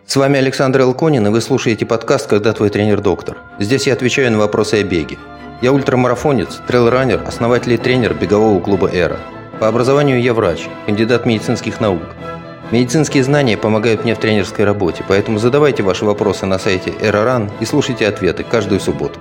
С вами Александр Илконин, и вы слушаете подкаст «Когда твой тренер доктор». Здесь я отвечаю на вопросы о беге. Я ультрамарафонец, трейл-раннер, основатель и тренер бегового клуба «Эра». По образованию я врач, кандидат медицинских наук. Медицинские знания помогают мне в тренерской работе, поэтому задавайте ваши вопросы на сайте ERA.RUN и слушайте ответы каждую субботу.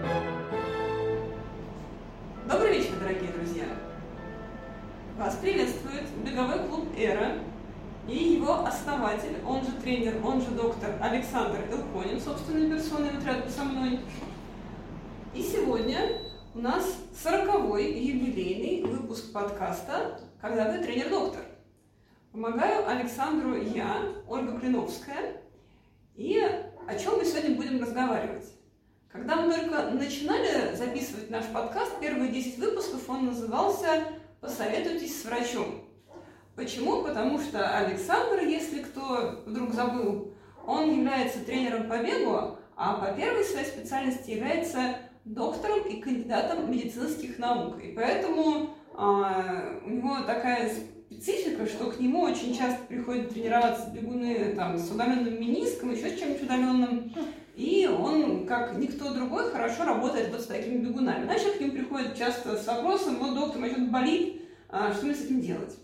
Добрый вечер, дорогие друзья! Вас приветствует беговой клуб «Эра» и его основатель, он же тренер, он же доктор Александр Илконин, собственной персоной, вот рядом со мной. И сегодня у нас 40-й юбилейный выпуск подкаста «Когда вы тренер-доктор». Помогаю Александру я, Ольга Клиновская. И о чем мы сегодня будем разговаривать? Когда мы только начинали записывать наш подкаст, первые 10 выпусков он назывался «Посоветуйтесь с врачом». Почему? Потому что Александр, если кто вдруг забыл, он является тренером по бегу, а по первой своей специальности является доктором и кандидатом медицинских наук. И поэтому у него такая специфика, что к нему очень часто приходят тренироваться бегуны с удаленным мениском, еще с чем-нибудь удаленным. И он, как никто другой, хорошо работает вот с такими бегунами. Иначе к ним приходят часто с вопросом: вот доктор, у меня что-то болит, что мне с этим делать?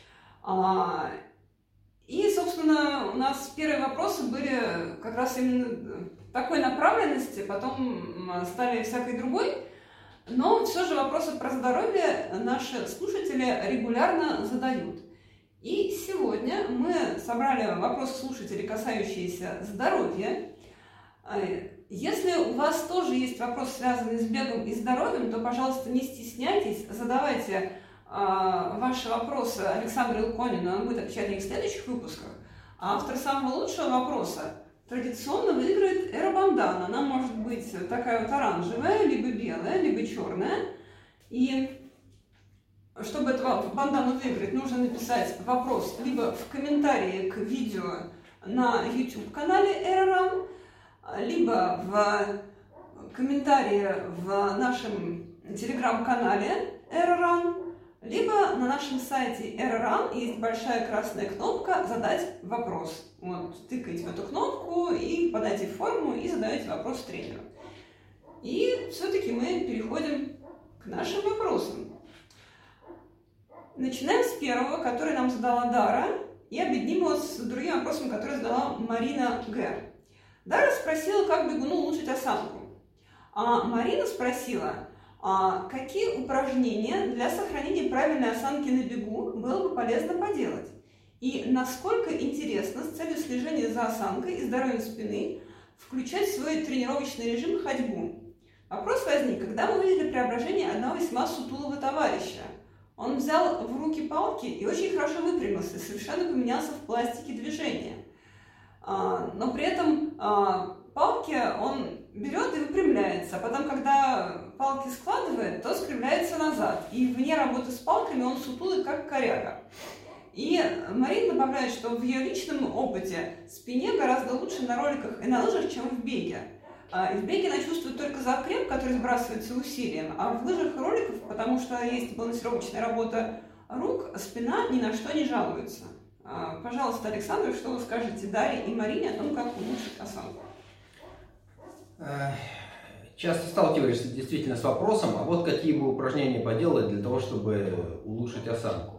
И, собственно, у нас первые вопросы были как раз именно такой направленности, потом стали всякой другой. Но все же вопросы про здоровье наши слушатели регулярно задают. И сегодня мы собрали вопросы слушателей, касающиеся здоровья. Если у вас тоже есть вопросы, связанные с бегом и здоровьем, то, пожалуйста, не стесняйтесь, задавайте ваши вопросы Александру Илконину, он будет отвечать на них в следующих выпусках. А автор самого лучшего вопроса традиционно выиграет эробандана. Она может быть такая вот оранжевая, либо белая, либо черная. И чтобы эту бандану выиграть, нужно написать вопрос либо в комментарии к видео на YouTube-канале ERA.RUN, либо в комментарии в нашем телеграм-канале ERA.RUN, либо на нашем сайте ERA.RUN есть большая красная кнопка «Задать вопрос». Вот, тыкаете в эту кнопку и попадаете в форму и задаете вопрос тренеру. И все-таки мы переходим к нашим вопросам. Начинаем с первого, который нам задала Дара, и объединим его с другим вопросом, который задала Марина Г. Дара спросила, как бегуну улучшить осанку. А Марина спросила, какие упражнения для сохранения правильной осанки на бегу было бы полезно поделать? И насколько интересно с целью слежения за осанкой и здоровьем спины включать в свой тренировочный режим ходьбу? Вопрос возник, когда мы увидели преображение одного весьма сутулого товарища. Он взял в руки палки и очень хорошо выпрямился, совершенно поменялся в пластике движения. Но при этом палки он берет и выпрямляется, а потом, когда палки складывает, то скривляется назад. И вне работы с палками он сутулый, как коряга. И Марина добавляет, что в ее личном опыте спине гораздо лучше на роликах и на лыжах, чем в беге. И в беге она чувствует только закреп, который сбрасывается усилием, а в лыжах и роликах, потому что есть балансировочная работа рук, спина ни на что не жалуется. Пожалуйста, Александр, что вы скажете Дарье и Марине о том, как улучшить осанку? Часто сталкиваешься действительно с вопросом, а вот какие бы упражнения поделать для того, чтобы улучшить осанку.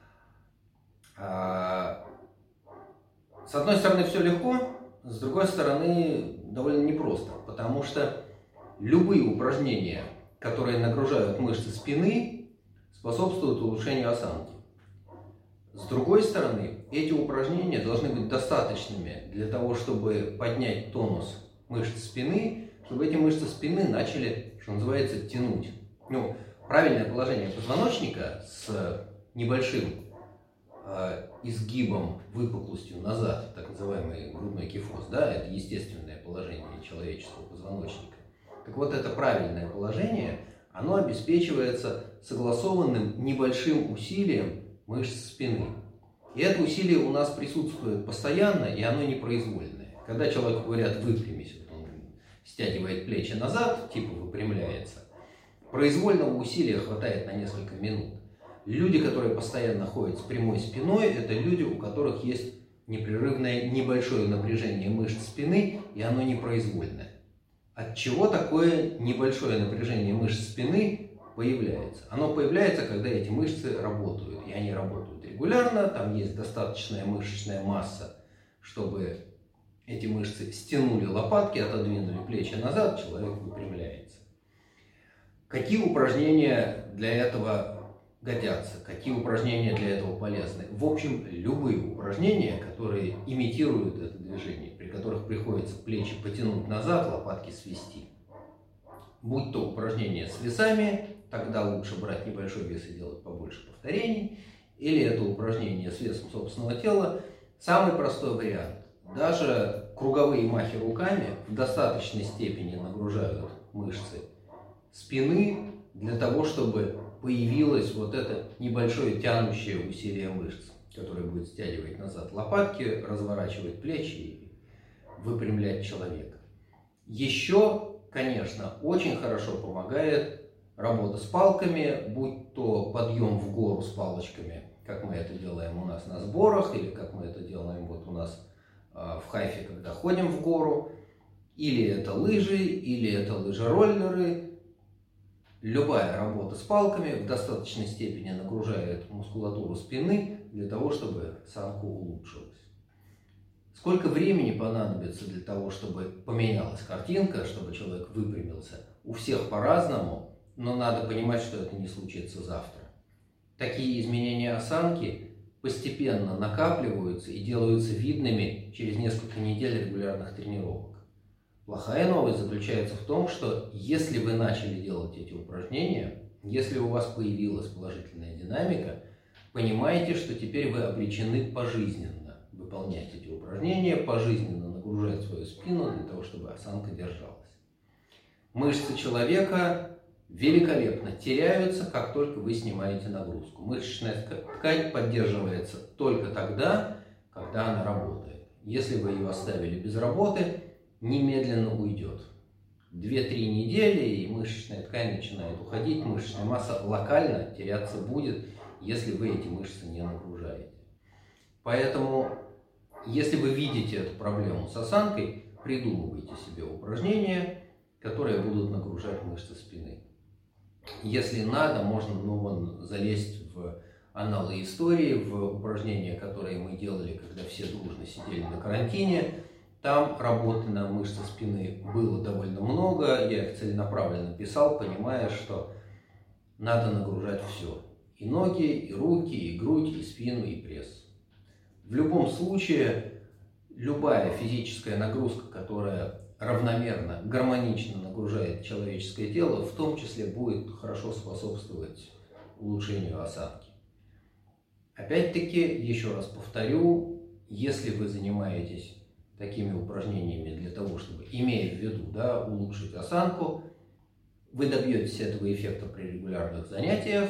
С одной стороны, все легко, с другой стороны, довольно непросто, потому что любые упражнения, которые нагружают мышцы спины, способствуют улучшению осанки. С другой стороны, эти упражнения должны быть достаточными для того, чтобы поднять тонус мышц спины, чтобы эти мышцы спины начали, что называется, тянуть. Правильное положение позвоночника с небольшим изгибом, выпуклостью назад, так называемый грудной кифоз, это естественное положение человеческого позвоночника. Так вот, это правильное положение, оно обеспечивается согласованным небольшим усилием мышц спины. И это усилие у нас присутствует постоянно, и оно непроизвольное. Когда человеку говорят «выпрямись», он стягивает плечи назад, типа выпрямляется, произвольного усилия хватает на несколько минут. Люди, которые постоянно ходят с прямой спиной, это люди, у которых есть непрерывное небольшое напряжение мышц спины, и оно непроизвольное. От чего такое небольшое напряжение мышц спины появляется? Оно появляется, когда эти мышцы работают, и они работают регулярно, там есть достаточная мышечная масса, чтобы эти мышцы стянули лопатки, отодвинули плечи назад, человек выпрямляется. Какие упражнения для этого годятся? Какие упражнения для этого полезны? В общем, любые упражнения, которые имитируют это движение, при которых приходится плечи потянуть назад, лопатки свести. Будь то упражнения с весами, тогда лучше брать небольшой вес и делать побольше повторений, или это упражнение с весом собственного тела. Самый простой вариант. Даже круговые махи руками в достаточной степени нагружают мышцы спины для того, чтобы появилось вот это небольшое тянущее усилие мышц, которое будет стягивать назад лопатки, разворачивать плечи и выпрямлять человека. Еще, конечно, очень хорошо помогает работа с палками, будь то подъем в гору с палочками, как мы это делаем у нас на сборах, или как мы это делаем вот у нас в Хайфе, когда ходим в гору, или это лыжи, или это лыжероллеры. Любая работа с палками в достаточной степени нагружает мускулатуру спины для того, чтобы осанка улучшилась. Сколько времени понадобится для того, чтобы поменялась картинка, чтобы человек выпрямился? У всех по-разному, но надо понимать, что это не случится завтра. Такие изменения осанки постепенно накапливаются и делаются видными через несколько недель регулярных тренировок. Плохая новость заключается в том, что если вы начали делать эти упражнения, если у вас появилась положительная динамика, понимайте, что теперь вы обречены пожизненно выполнять эти упражнения, пожизненно нагружать свою спину для того, чтобы осанка держалась. Мышцы человека великолепно теряются, как только вы снимаете нагрузку. Мышечная ткань поддерживается только тогда, когда она работает. Если вы ее оставили без работы, немедленно уйдет. 2-3 недели, и мышечная ткань начинает уходить, мышечная масса локально теряться будет, если вы эти мышцы не нагружаете. Поэтому, если вы видите эту проблему с осанкой, придумывайте себе упражнения, которые будут нагружать мышцы спины. Если надо, можно залезть в аналы истории, в упражнения, которые мы делали, когда все дружно сидели на карантине. Там работы на мышцы спины было довольно много, я их целенаправленно писал, понимая, что надо нагружать все. И ноги, и руки, и грудь, и спину, и пресс. В любом случае, любая физическая нагрузка, которая равномерно, гармонично нагружает человеческое тело, в том числе будет хорошо способствовать улучшению осанки. Опять-таки, еще раз повторю, если вы занимаетесь такими упражнениями для того, чтобы, имея в виду, улучшить осанку, вы добьетесь этого эффекта при регулярных занятиях,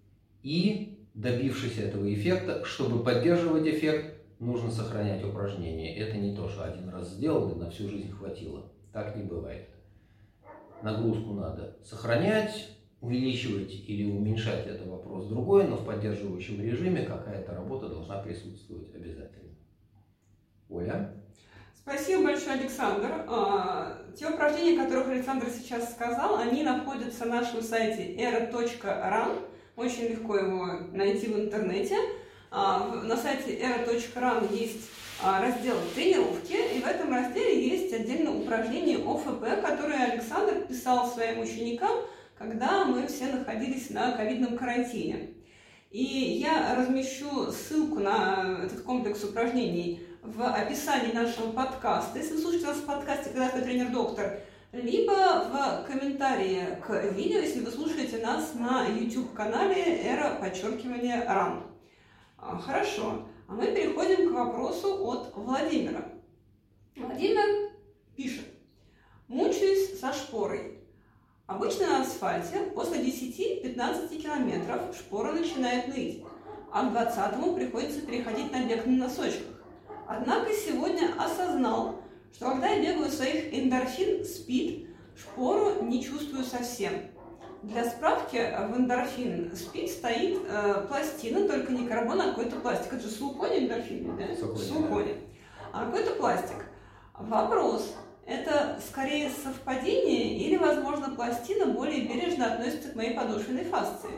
и, добившись этого эффекта, чтобы поддерживать эффект, нужно сохранять упражнения. Это не то, что один раз сделал и на всю жизнь хватило. Так не бывает. Нагрузку надо сохранять, увеличивать или уменьшать — это вопрос другой, но в поддерживающем режиме какая-то работа должна присутствовать обязательно. Оля? Спасибо большое, Александр. Те упражнения, о которых Александр сейчас сказал, они находятся на нашем сайте era.run. Очень легко его найти в интернете. На сайте era.run есть раздел «Тренировки», и в этом разделе есть отдельно упражнение ОФП, которое Александр писал своим ученикам, когда мы все находились на ковидном карантине. И я размещу ссылку на этот комплекс упражнений в описании нашего подкаста, если вы слушаете нас в подкасте «Когда твой тренер-доктор», либо в комментарии к видео, если вы слушаете нас на YouTube-канале era_run. Хорошо, а мы переходим к вопросу от Владимира. Владимир пишет: «Мучаюсь со шпорой. Обычно на асфальте после 10-15 километров шпора начинает ныть, а к 20-му приходится переходить на бег на носочках. Однако сегодня осознал, что когда я бегаю своих эндорфин, спид, шпору не чувствую совсем. Для справки, в эндорфин спид стоит пластина, только не карбон, а какой-то пластик. Это же саукони эндорфин, да? Саукони. А какой-то пластик. Вопрос. Это скорее совпадение или, возможно, пластина более бережно относится к моей подошвенной фасции,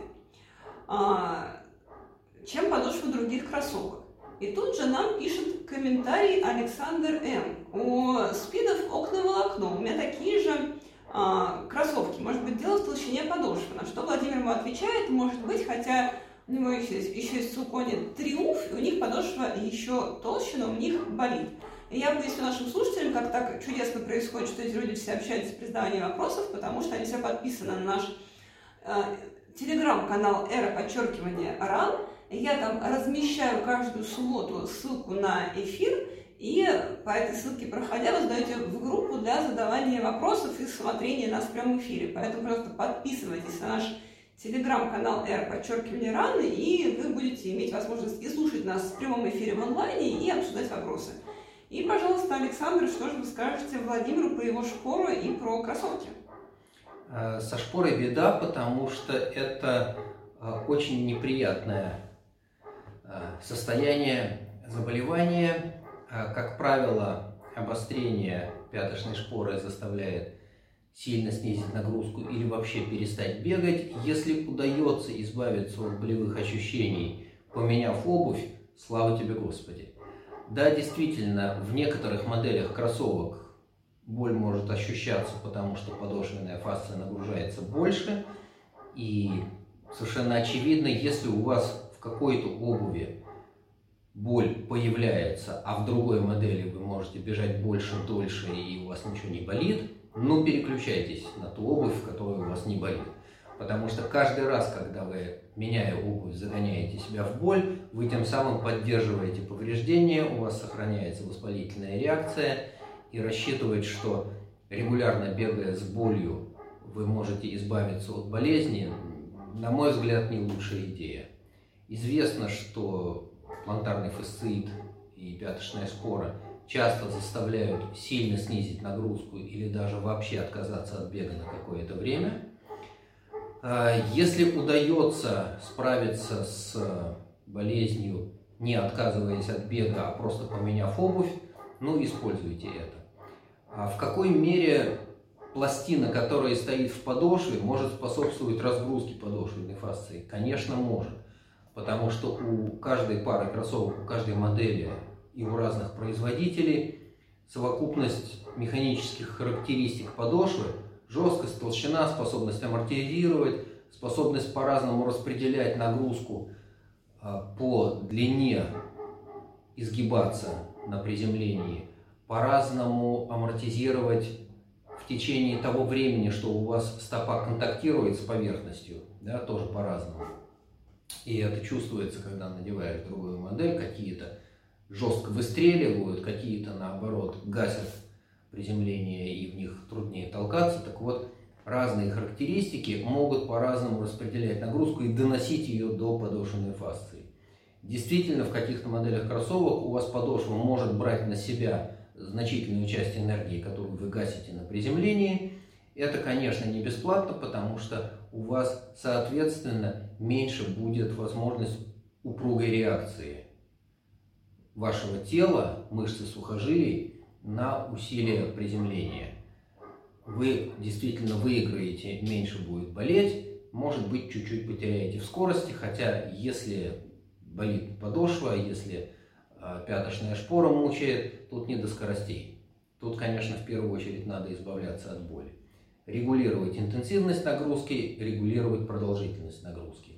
чем подошва других кроссовок? И тут же нам пишет комментарий Александр М. У спидов окна-волокно. У меня такие же кроссовки. Может быть, дело в толщине подошвы. На что Владимир ему отвечает, может быть, хотя у него еще есть саукони Триумф, и у них подошва еще толще, но у них болит. И я поясню нашим слушателям, как так чудесно происходит, что эти люди все общаются при задавании вопросов, потому что они все подписаны на наш телеграм-канал @RAN. Я там размещаю каждую субботу ссылку на эфир, и по этой ссылке, проходя, вы задаете в группу для задавания вопросов и смотрения нас в прямом эфире. Поэтому просто подписывайтесь на наш телеграм-канал @RAN, и вы будете иметь возможность и слушать нас в прямом эфире в онлайне, и обсуждать вопросы. И, пожалуйста, Александр, что же вы скажете Владимиру про его шпоры и про кроссовки? Со шпорой беда, потому что это очень неприятное состояние заболевания. Как правило, обострение пяточной шпоры заставляет сильно снизить нагрузку или вообще перестать бегать. Если удается избавиться от болевых ощущений, поменяв обувь, слава тебе, Господи. Да, действительно, в некоторых моделях кроссовок боль может ощущаться, потому что подошвенная фасция нагружается больше. И совершенно очевидно, если у вас в какой-то обуви боль появляется, а в другой модели вы можете бежать больше, дольше, и у вас ничего не болит, ну переключайтесь на ту обувь, в которой у вас не болит. Потому что каждый раз, когда вы, меняя обувь, загоняете себя в боль, вы тем самым поддерживаете повреждения, у вас сохраняется воспалительная реакция, и рассчитывать, что регулярно бегая с болью, вы можете избавиться от болезни, на мой взгляд, не лучшая идея. Известно, что плантарный фасциит и пяточная шпора часто заставляют сильно снизить нагрузку или даже вообще отказаться от бега на какое-то время. Если удается справиться с болезнью, не отказываясь от бега, а просто поменяв обувь, ну, используйте это. А в какой мере пластина, которая стоит в подошве, может способствовать разгрузке подошвенной фасции? Конечно, может. Потому что у каждой пары кроссовок, у каждой модели и у разных производителей совокупность механических характеристик подошвы, жесткость, толщина, способность амортизировать, способность по-разному распределять нагрузку по длине, изгибаться на приземлении, по-разному амортизировать в течение того времени, что у вас стопа контактирует с поверхностью, да, тоже по-разному. И это чувствуется, когда надеваешь другую модель, какие-то жестко выстреливают, какие-то наоборот гасят приземление и в них труднее толкаться. Так вот, разные характеристики могут по-разному распределять нагрузку и доносить ее до подошвенной фасции. Действительно, в каких-то моделях кроссовок у вас подошва может брать на себя значительную часть энергии, которую вы гасите на приземлении. Это, конечно, не бесплатно, потому что у вас, соответственно, меньше будет возможность упругой реакции вашего тела, мышцы сухожилий на усилие приземления. Вы действительно выиграете, меньше будет болеть, может быть, чуть-чуть потеряете в скорости, хотя если болит подошва, если пяточная шпора мучает, тут не до скоростей. Тут, конечно, в первую очередь надо избавляться от боли. Регулировать интенсивность нагрузки, регулировать продолжительность нагрузки.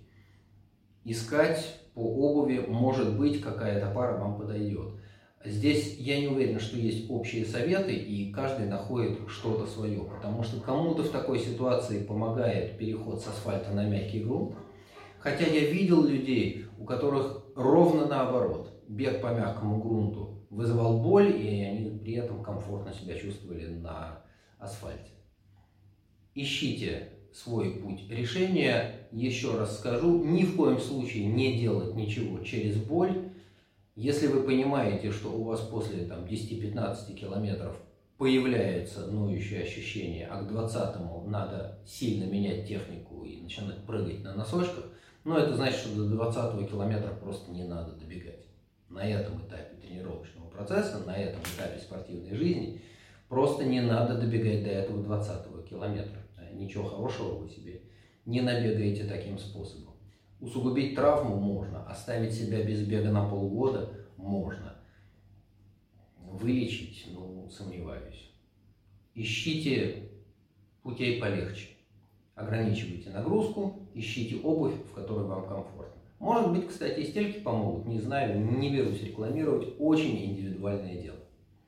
Искать по обуви, может быть, какая-то пара вам подойдет. Здесь я не уверен, что есть общие советы, и каждый находит что-то свое, потому что кому-то в такой ситуации помогает переход с асфальта на мягкий грунт, хотя я видел людей, у которых ровно наоборот. Бег по мягкому грунту вызывал боль, и они при этом комфортно себя чувствовали на асфальте. Ищите свой путь решения. Еще раз скажу, ни в коем случае не делать ничего через боль. Если вы понимаете, что у вас после 10-15 километров появляется ноющее ощущение, а к 20-му надо сильно менять технику и начинать прыгать на носочках, но это значит, что до 20-го километра просто не надо добегать. На этом этапе тренировочного процесса, на этом этапе спортивной жизни просто не надо добегать до этого 20-го километра. Ничего хорошего вы себе не набегаете таким способом. Усугубить травму можно, оставить себя без бега на полгода можно. Вылечить, сомневаюсь. Ищите путей полегче. Ограничивайте нагрузку, ищите обувь, в которой вам комфортно. Может быть, кстати, и стельки помогут, не знаю, не берусь рекламировать, очень индивидуальное дело.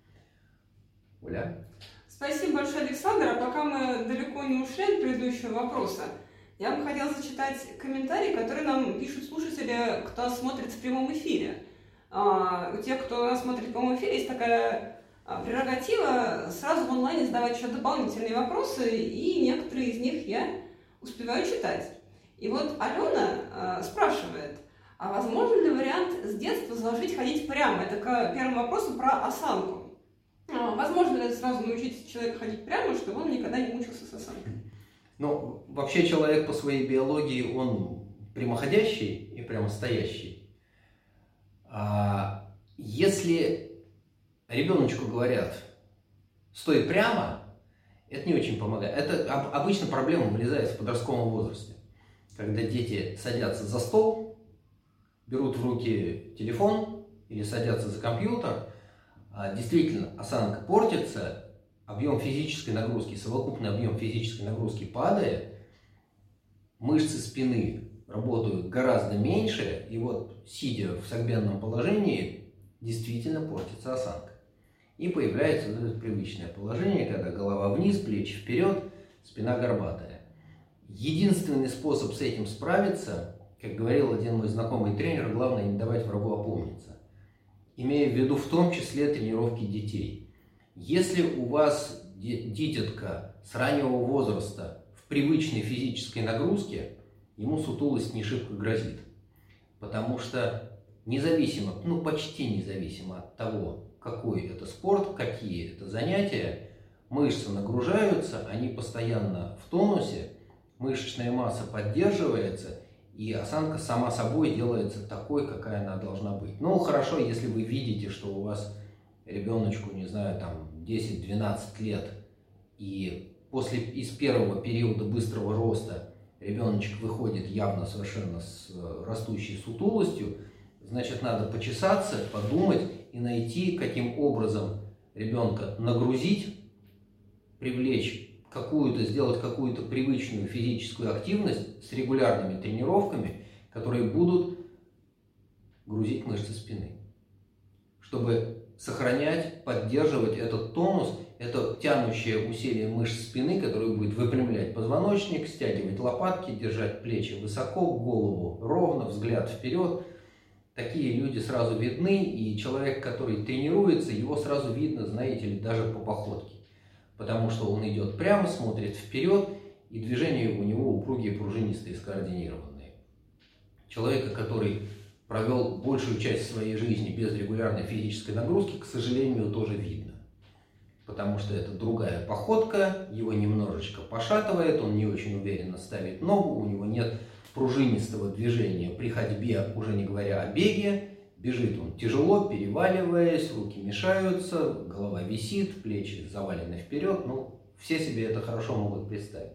Оля? Спасибо большое, Александр. А пока мы далеко не ушли от предыдущего вопроса, я бы хотела зачитать комментарии, которые нам пишут слушатели, кто смотрит в прямом эфире. У тех, кто нас смотрит в прямом эфире, есть такая прерогатива сразу в онлайне задавать еще дополнительные вопросы, и некоторые из них я успеваю читать. И вот Алена спрашивает, а возможен ли вариант с детства заложить ходить прямо? Это к первому вопросу про осанку. Возможно ли сразу научить человека ходить прямо, чтобы он никогда не мучился с осанкой? Вообще человек по своей биологии, он прямоходящий и прямостоящий. Если ребеночку говорят «стой прямо», это не очень помогает. Это обычно проблема вылезает в подростковом возрасте. Когда дети садятся за стол, берут в руки телефон или садятся за компьютер, действительно осанка портится, объем физической нагрузки, совокупный объем физической нагрузки падает, мышцы спины работают гораздо меньше, и вот сидя в согбенном положении, действительно портится осанка. И появляется вот это привычное положение, когда голова вниз, плечи вперед, спина горбатая. Единственный способ с этим справиться, как говорил один мой знакомый тренер, главное не давать врагу опомниться. Имея в виду в том числе тренировки детей. Если у вас дитятка с раннего возраста в привычной физической нагрузке, ему сутулость не шибко грозит. Потому что независимо, почти независимо от того, какой это спорт, какие это занятия, мышцы нагружаются, они постоянно в тонусе, мышечная масса поддерживается, и осанка сама собой делается такой, какая она должна быть. Хорошо, если вы видите, что у вас ребеночку, 10-12 лет, и из первого периода быстрого роста ребеночек выходит явно совершенно с растущей сутулостью, значит, надо почесаться, подумать и найти, каким образом ребенка нагрузить, привлечь сделать какую-то привычную физическую активность с регулярными тренировками, которые будут грузить мышцы спины, чтобы сохранять, поддерживать этот тонус, это тянущее усилие мышц спины, которое будет выпрямлять позвоночник, стягивать лопатки, держать плечи высоко, голову ровно, взгляд вперед. Такие люди сразу видны, и человек, который тренируется, его сразу видно, знаете ли, даже по походке. Потому что он идет прямо, смотрит вперед, и движения у него упругие, пружинистые, скоординированные. Человека, который провел большую часть своей жизни без регулярной физической нагрузки, к сожалению, тоже видно. Потому что это другая походка, его немножечко пошатывает, он не очень уверенно ставит ногу, у него нет пружинистого движения при ходьбе, уже не говоря о беге. Бежит он тяжело, переваливаясь, руки мешаются, голова висит, плечи завалены вперед. Все себе это хорошо могут представить.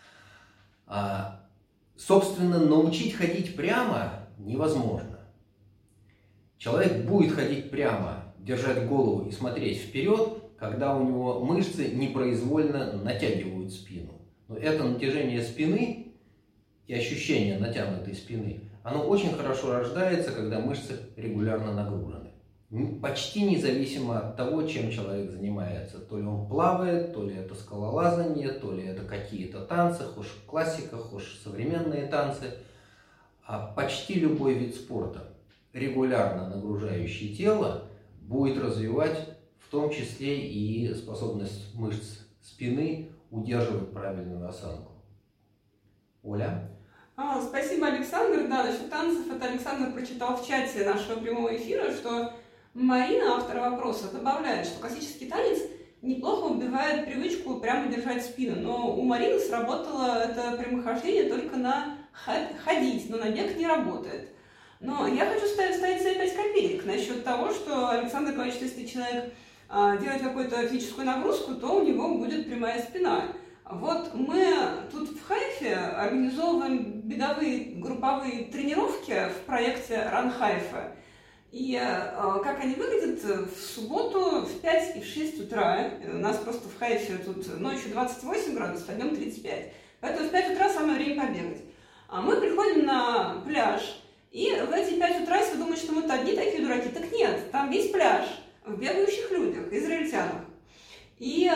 Собственно, научить ходить прямо невозможно. Человек будет ходить прямо, держать голову и смотреть вперед, когда у него мышцы непроизвольно натягивают спину. Но это натяжение спины и ощущение натянутой спины, оно очень хорошо рождается, когда мышцы регулярно нагружены. Почти независимо от того, чем человек занимается. То ли он плавает, то ли это скалолазание, то ли это какие-то танцы, хошь классика, хошь современные танцы. А почти любой вид спорта, регулярно нагружающий тело, будет развивать в том числе и способность мышц спины удерживать правильную осанку. Оля? Спасибо, Александр. Да, насчет танцев, это Александр прочитал в чате нашего прямого эфира, что Марина, автор вопроса, добавляет, что классический танец неплохо убивает привычку прямо держать спину. Но у Марины сработало это прямохождение только на ходить, но на бег не работает. Но я хочу ставить себе 5 копеек насчет того, что Александр говорит, что если человек делает какую-то физическую нагрузку, то у него будет прямая спина. Вот мы тут в Хайфе организовываем беговые групповые тренировки в проекте Run Haifa. И как они выглядят, в субботу в 5 и в 6 утра, у нас просто в Хайфе тут ночью 28 градусов, а днем 35, поэтому в 5 утра самое время побегать. А мы приходим на пляж, и в эти 5 утра, если вы думаете, что мы одни такие дураки, так нет, там весь пляж в бегающих людях, израильтянах. И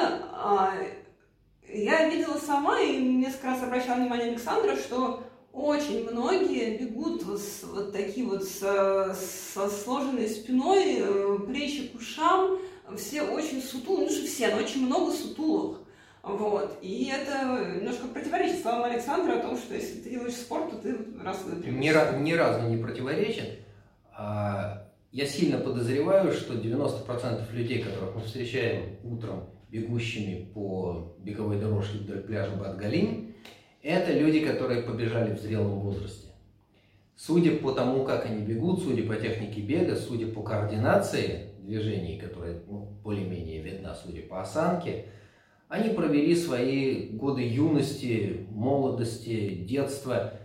я видела сама, и несколько раз обращала внимание Александра, что очень многие бегут вот такие вот со сложенной спиной, плечи к ушам, все очень сутулые, ну что все, но очень много сутулых. Вот. И это немножко противоречит словам Александра о том, что если ты делаешь спорт, то ты раз выпрямишься. Ни разу не противоречит. Я сильно подозреваю, что 90% людей, которых мы встречаем утром бегущими по беговой дорожке вдоль пляжа Бат-Галим, это люди, которые побежали в зрелом возрасте. Судя по тому, как они бегут, судя по технике бега, судя по координации движений, которая более-менее видна, судя по осанке, они провели свои годы юности, молодости, детства,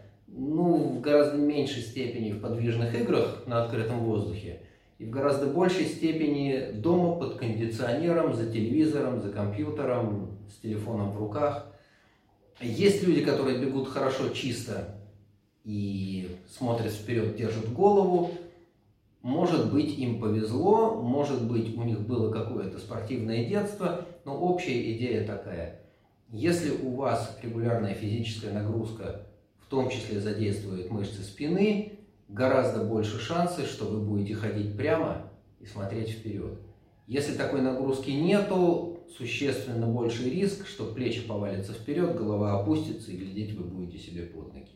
в гораздо меньшей степени в подвижных играх на открытом воздухе и в гораздо большей степени дома под кондиционером, за телевизором, за компьютером, с телефоном в руках. Есть люди, которые бегут хорошо, чисто и смотрят вперед, держат голову. Может быть, им повезло, может быть, у них было какое-то спортивное детство, но общая идея такая. Если у вас регулярная физическая нагрузка в том числе задействует мышцы спины, гораздо больше шансов, что вы будете ходить прямо и смотреть вперед. Если такой нагрузки нету, существенно больший риск, что плечи повалятся вперед, голова опустится и глядеть вы будете себе под ноги.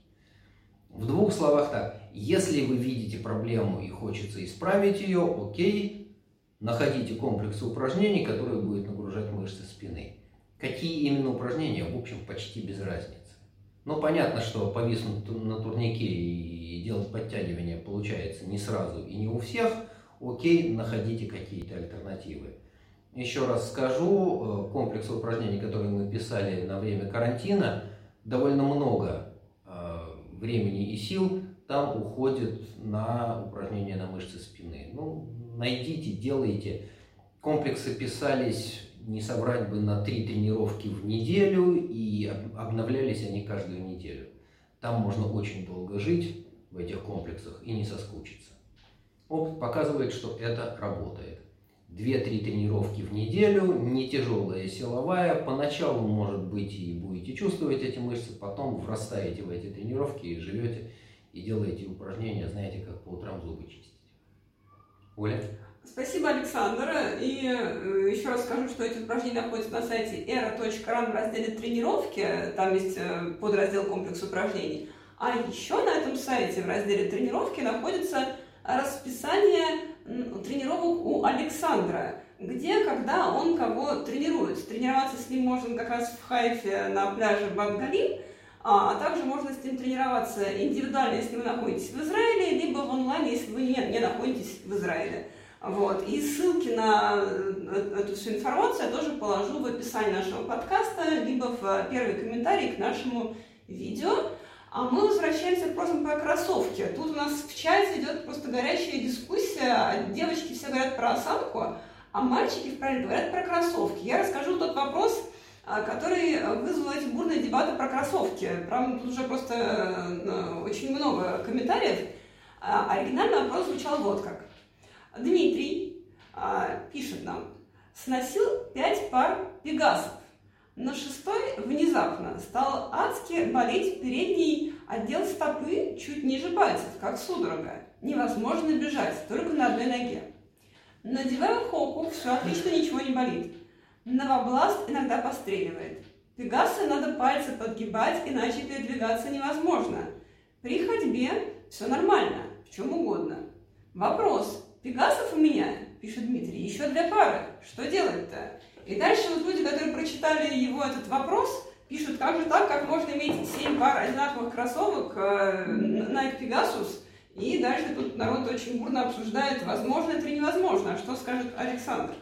В двух словах так, если вы видите проблему и хочется исправить ее, окей, находите комплексы упражнений, которые будут нагружать мышцы спины. Какие именно упражнения, в общем, почти без разницы. Но понятно, что повиснуть на турнике и делать подтягивания получается не сразу и не у всех, окей, находите какие-то альтернативы. Еще раз скажу, комплексы упражнений, которые мы писали на время карантина, довольно много времени и сил там уходит на упражнения на мышцы спины. Найдите, делайте. Комплексы писались, не соврать бы, на 3 тренировки в неделю, и обновлялись они каждую неделю. Там можно очень долго жить в этих комплексах и не соскучиться. Опыт показывает, что это работает. 2-3 тренировки в неделю, не тяжелая силовая. Поначалу, может быть, и будете чувствовать эти мышцы, потом врастаете в эти тренировки и живете, и делаете упражнения, знаете, как по утрам зубы чистить. Оля? Спасибо, Александр. И еще раз скажу, что эти упражнения находятся на сайте era.ran в разделе «Тренировки». Там есть подраздел «Комплекс упражнений». А еще на этом сайте в разделе «Тренировки» находится расписание тренировок у Александра, где, когда он кого тренирует. Тренироваться с ним можно как раз в Хайфе на пляже Бат-Галим, а также можно с ним тренироваться индивидуально, если вы находитесь в Израиле, либо в онлайне, если вы не находитесь в Израиле. Вот. И ссылки на эту всю информацию я тоже положу в описании нашего подкаста, либо в первый комментарий к нашему видео. А мы возвращаемся к вопросам про кроссовки. Тут у нас в чате идет просто горячая дискуссия. Девочки все говорят про осанку, а мальчики правильно говорят про кроссовки. Я расскажу тот вопрос, который вызвал эти бурные дебаты про кроссовки. Правда, тут уже просто очень много комментариев. Оригинальный вопрос звучал вот как. Дмитрий пишет нам: сносил 5 пар пегасов. На 6-й внезапно стал адски болеть передний отдел стопы чуть ниже пальцев, как судорога. Невозможно бежать, только на одной ноге. Надеваю хоку, все отлично, ничего не болит. Новобласт иногда постреливает. Пегасы надо пальцы подгибать, иначе передвигаться невозможно. При ходьбе все нормально, в чем угодно. Вопрос. Пегасов у меня, пишет Дмитрий, еще 2 пары. Что делать-то? И дальше вот люди, которые прочитали его этот вопрос, пишут, как же так, как можно иметь 7 пар одинаковых кроссовок Nike Pegasus. И дальше тут народ очень бурно обсуждает, возможно это или невозможно. А что скажет Александр?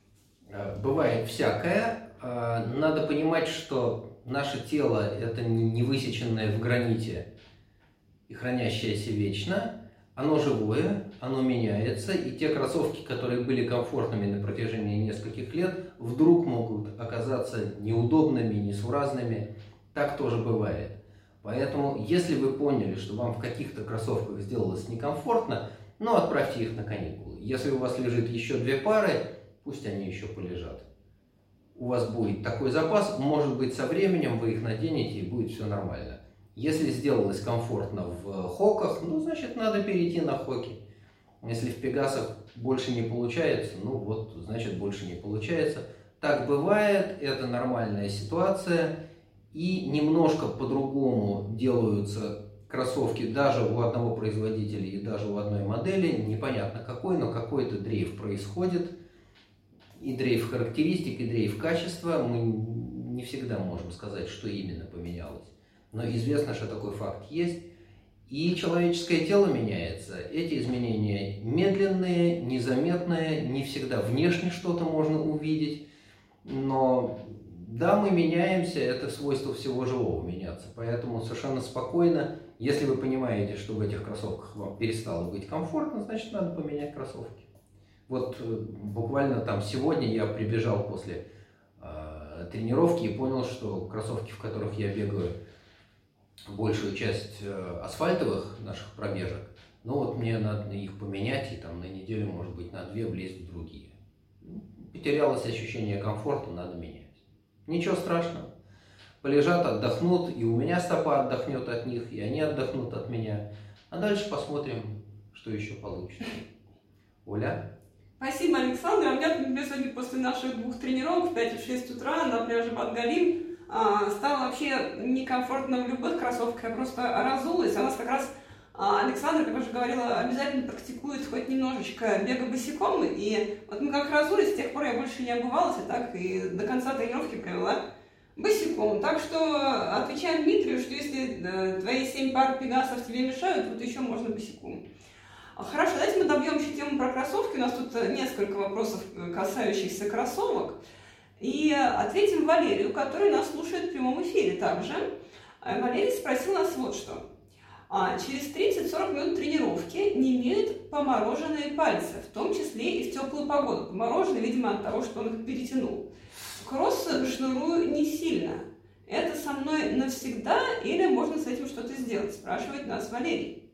Бывает всякое. Надо понимать, что наше тело – это не высеченное в граните и хранящееся вечно. Оно живое, оно меняется, и те кроссовки, которые были комфортными на протяжении нескольких лет, вдруг могут оказаться неудобными, несуразными. Так тоже бывает. Поэтому, если вы поняли, что вам в каких-то кроссовках сделалось некомфортно, отправьте их на каникулы. Если у вас лежит еще 2 пары, пусть они еще полежат. У вас будет такой запас, может быть, со временем вы их наденете и будет все нормально. Если сделалось комфортно в хоках, значит, надо перейти на хоки. Если в пегасах больше не получается, значит, больше не получается. Так бывает, это нормальная ситуация. И немножко по-другому делаются кроссовки даже у одного производителя и даже у одной модели. Непонятно какой, но какой-то дрейф происходит. И дрейф характеристик, и дрейф качества. Мы не всегда можем сказать, что именно поменялось. Но известно, что такой факт есть. И человеческое тело меняется. Эти изменения медленные, незаметные, не всегда внешне что-то можно увидеть. Но да, мы меняемся, это свойство всего живого меняться. Поэтому совершенно спокойно, если вы понимаете, что в этих кроссовках вам перестало быть комфортно, значит, надо поменять кроссовки. Вот буквально сегодня я прибежал после тренировки и понял, что кроссовки, в которых я бегаю большую часть асфальтовых наших пробежек, мне надо их поменять и на неделю, может быть, на 2 влезть в другие. Потерялось ощущение комфорта, надо менять. Ничего страшного. Полежат, отдохнут, и у меня стопа отдохнет от них, и они отдохнут от меня. А дальше посмотрим, что еще получится. Оля? Спасибо, Александр. У меня, например, сегодня после наших 2 тренировок в 5 и в 6 утра на пляже Бат-Галим стало вообще некомфортно в любых кроссовках. Я просто разулась. У нас как раз Александр, как я уже говорила, обязательно практикует хоть немножечко бега босиком. И вот мы как разулись, с тех пор я больше не обувалась, и так и до конца тренировки провела босиком. Так что отвечаем Дмитрию, что если твои 7 пар пегасов тебе мешают, вот еще можно босиком. Хорошо, давайте мы добьем еще тему про кроссовки. У нас тут несколько вопросов, касающихся кроссовок. И ответим Валерию, который нас слушает в прямом эфире также. Валерий спросил нас вот что. Через 30-40 минут тренировки не имеют помороженные пальцы, в том числе и в теплую погоду. Помороженные, видимо, от того, что он их перетянул. Кроссы шнурую не сильно. Это со мной навсегда или можно с этим что-то сделать? Спрашивает нас Валерий.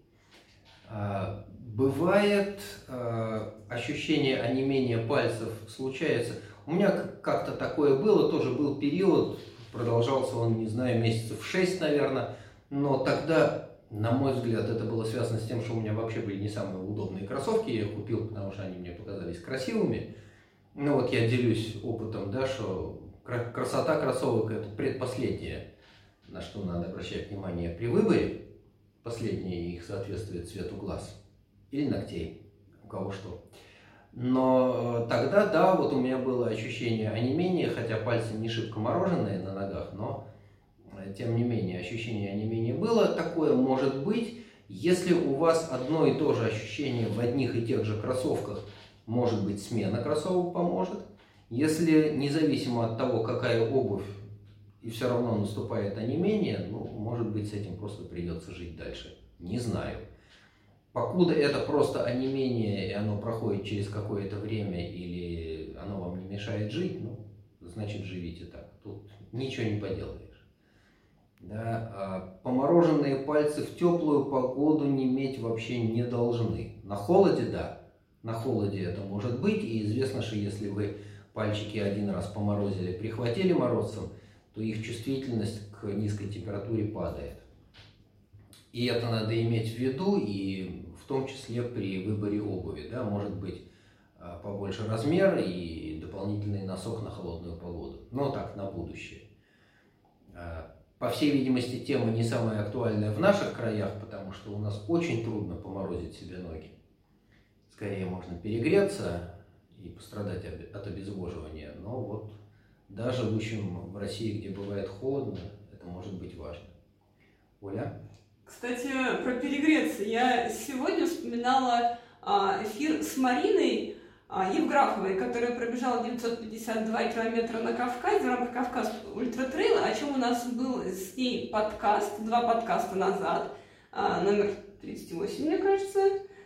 Бывает ощущение онемения пальцев, случается. У меня как-то такое было, тоже был период, продолжался он, не знаю, месяцев 6, наверное, но тогда, на мой взгляд, это было связано с тем, что у меня вообще были не самые удобные кроссовки, я их купил, потому что они мне показались красивыми. Я делюсь опытом, что красота кроссовок – это предпоследнее, на что надо обращать внимание при выборе. Последнее их соответствует цвету глаз или ногтей, у кого что. Но тогда, у меня было ощущение онемения, хотя пальцы не шибко мороженые на ногах, но тем не менее ощущение онемения было. Такое может быть, если у вас одно и то же ощущение в одних и тех же кроссовках, может быть, смена кроссовок поможет. Если независимо от того, какая обувь, и все равно наступает онемение, может быть, с этим просто придется жить дальше. Не знаю. Покуда это просто онемение, и оно проходит через какое-то время, или оно вам не мешает жить, значит, живите так. Тут ничего не поделаешь. Помороженные пальцы в теплую погоду неметь вообще не должны. На холоде, да. На холоде это может быть, и известно, что если вы пальчики один раз поморозили, прихватили морозцем, то их чувствительность к низкой температуре падает. И это надо иметь в виду, и в том числе при выборе обуви. Может быть побольше размер и дополнительный носок на холодную погоду. Но так, на будущее. По всей видимости, тема не самая актуальная в наших краях, потому что у нас очень трудно поморозить себе ноги. Скорее можно перегреться и пострадать от обезвоживания. Но вот даже живущим в России, где бывает холодно, это может быть важно. Оля? Кстати, про перегреться. Я сегодня вспоминала эфир с Мариной Евграфовой, которая пробежала 952 километра на Кавказе в рамках Кавказ ультратрейл, о чем у нас был с ней подкаст, 2 подкаста назад, номер 38, мне кажется.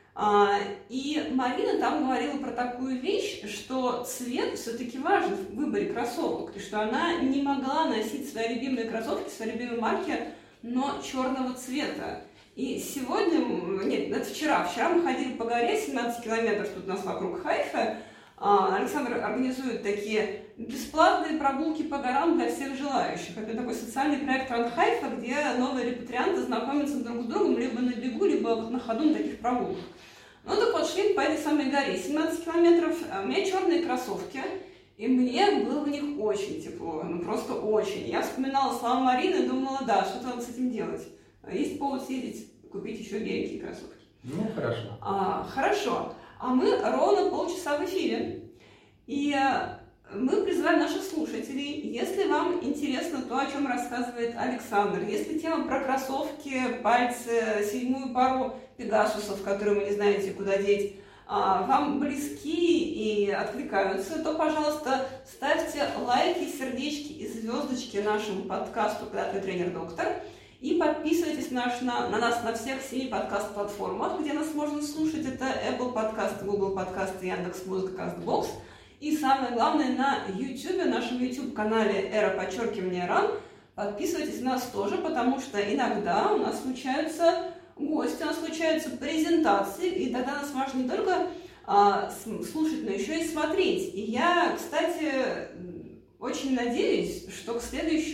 И Марина там говорила про такую вещь, что цвет все-таки важен в выборе кроссовок, и что она не могла носить свои любимые кроссовки, свои любимые марки, но черного цвета. И сегодня, нет, это вчера мы ходили по горе, 17 километров тут у нас вокруг Хайфа. Александр организует такие бесплатные прогулки по горам для всех желающих. Это такой социальный проект Run Хайфа, где новые репатрианты знакомятся друг с другом либо на бегу, либо вот на ходу на таких прогулках. Ну так вот, шли по этой самой горе, 17 километров, у меня черные кроссовки, и мне было в них очень тепло, ну просто очень. Я вспоминала слова Марины и думала, да, что надо с этим делать. Есть повод съездить, купить еще беленькие кроссовки. Ну, хорошо. Хорошо. А мы ровно полчаса в эфире. И мы призываем наших слушателей, если вам интересно то, о чем рассказывает Александр, если тема про кроссовки, пальцы, 7-ю пару пегасусов, которые вы не знаете, куда деть, вам близки и откликаются, то, пожалуйста, ставьте лайки, сердечки и звездочки нашему подкасту «Когда твой тренер-доктор». И подписывайтесь на нас на всех 7 подкаст-платформах, где нас можно слушать. Это Apple Podcast, Google Podcast, Яндекс.Музыка, Castbox. И самое главное, на YouTube, нашем YouTube-канале @Run. Подписывайтесь на нас тоже, потому что иногда у нас случаются гости, у нас случаются презентации, и тогда нас важно не только слушать, но еще и смотреть. И я, кстати, очень надеюсь, что к следующей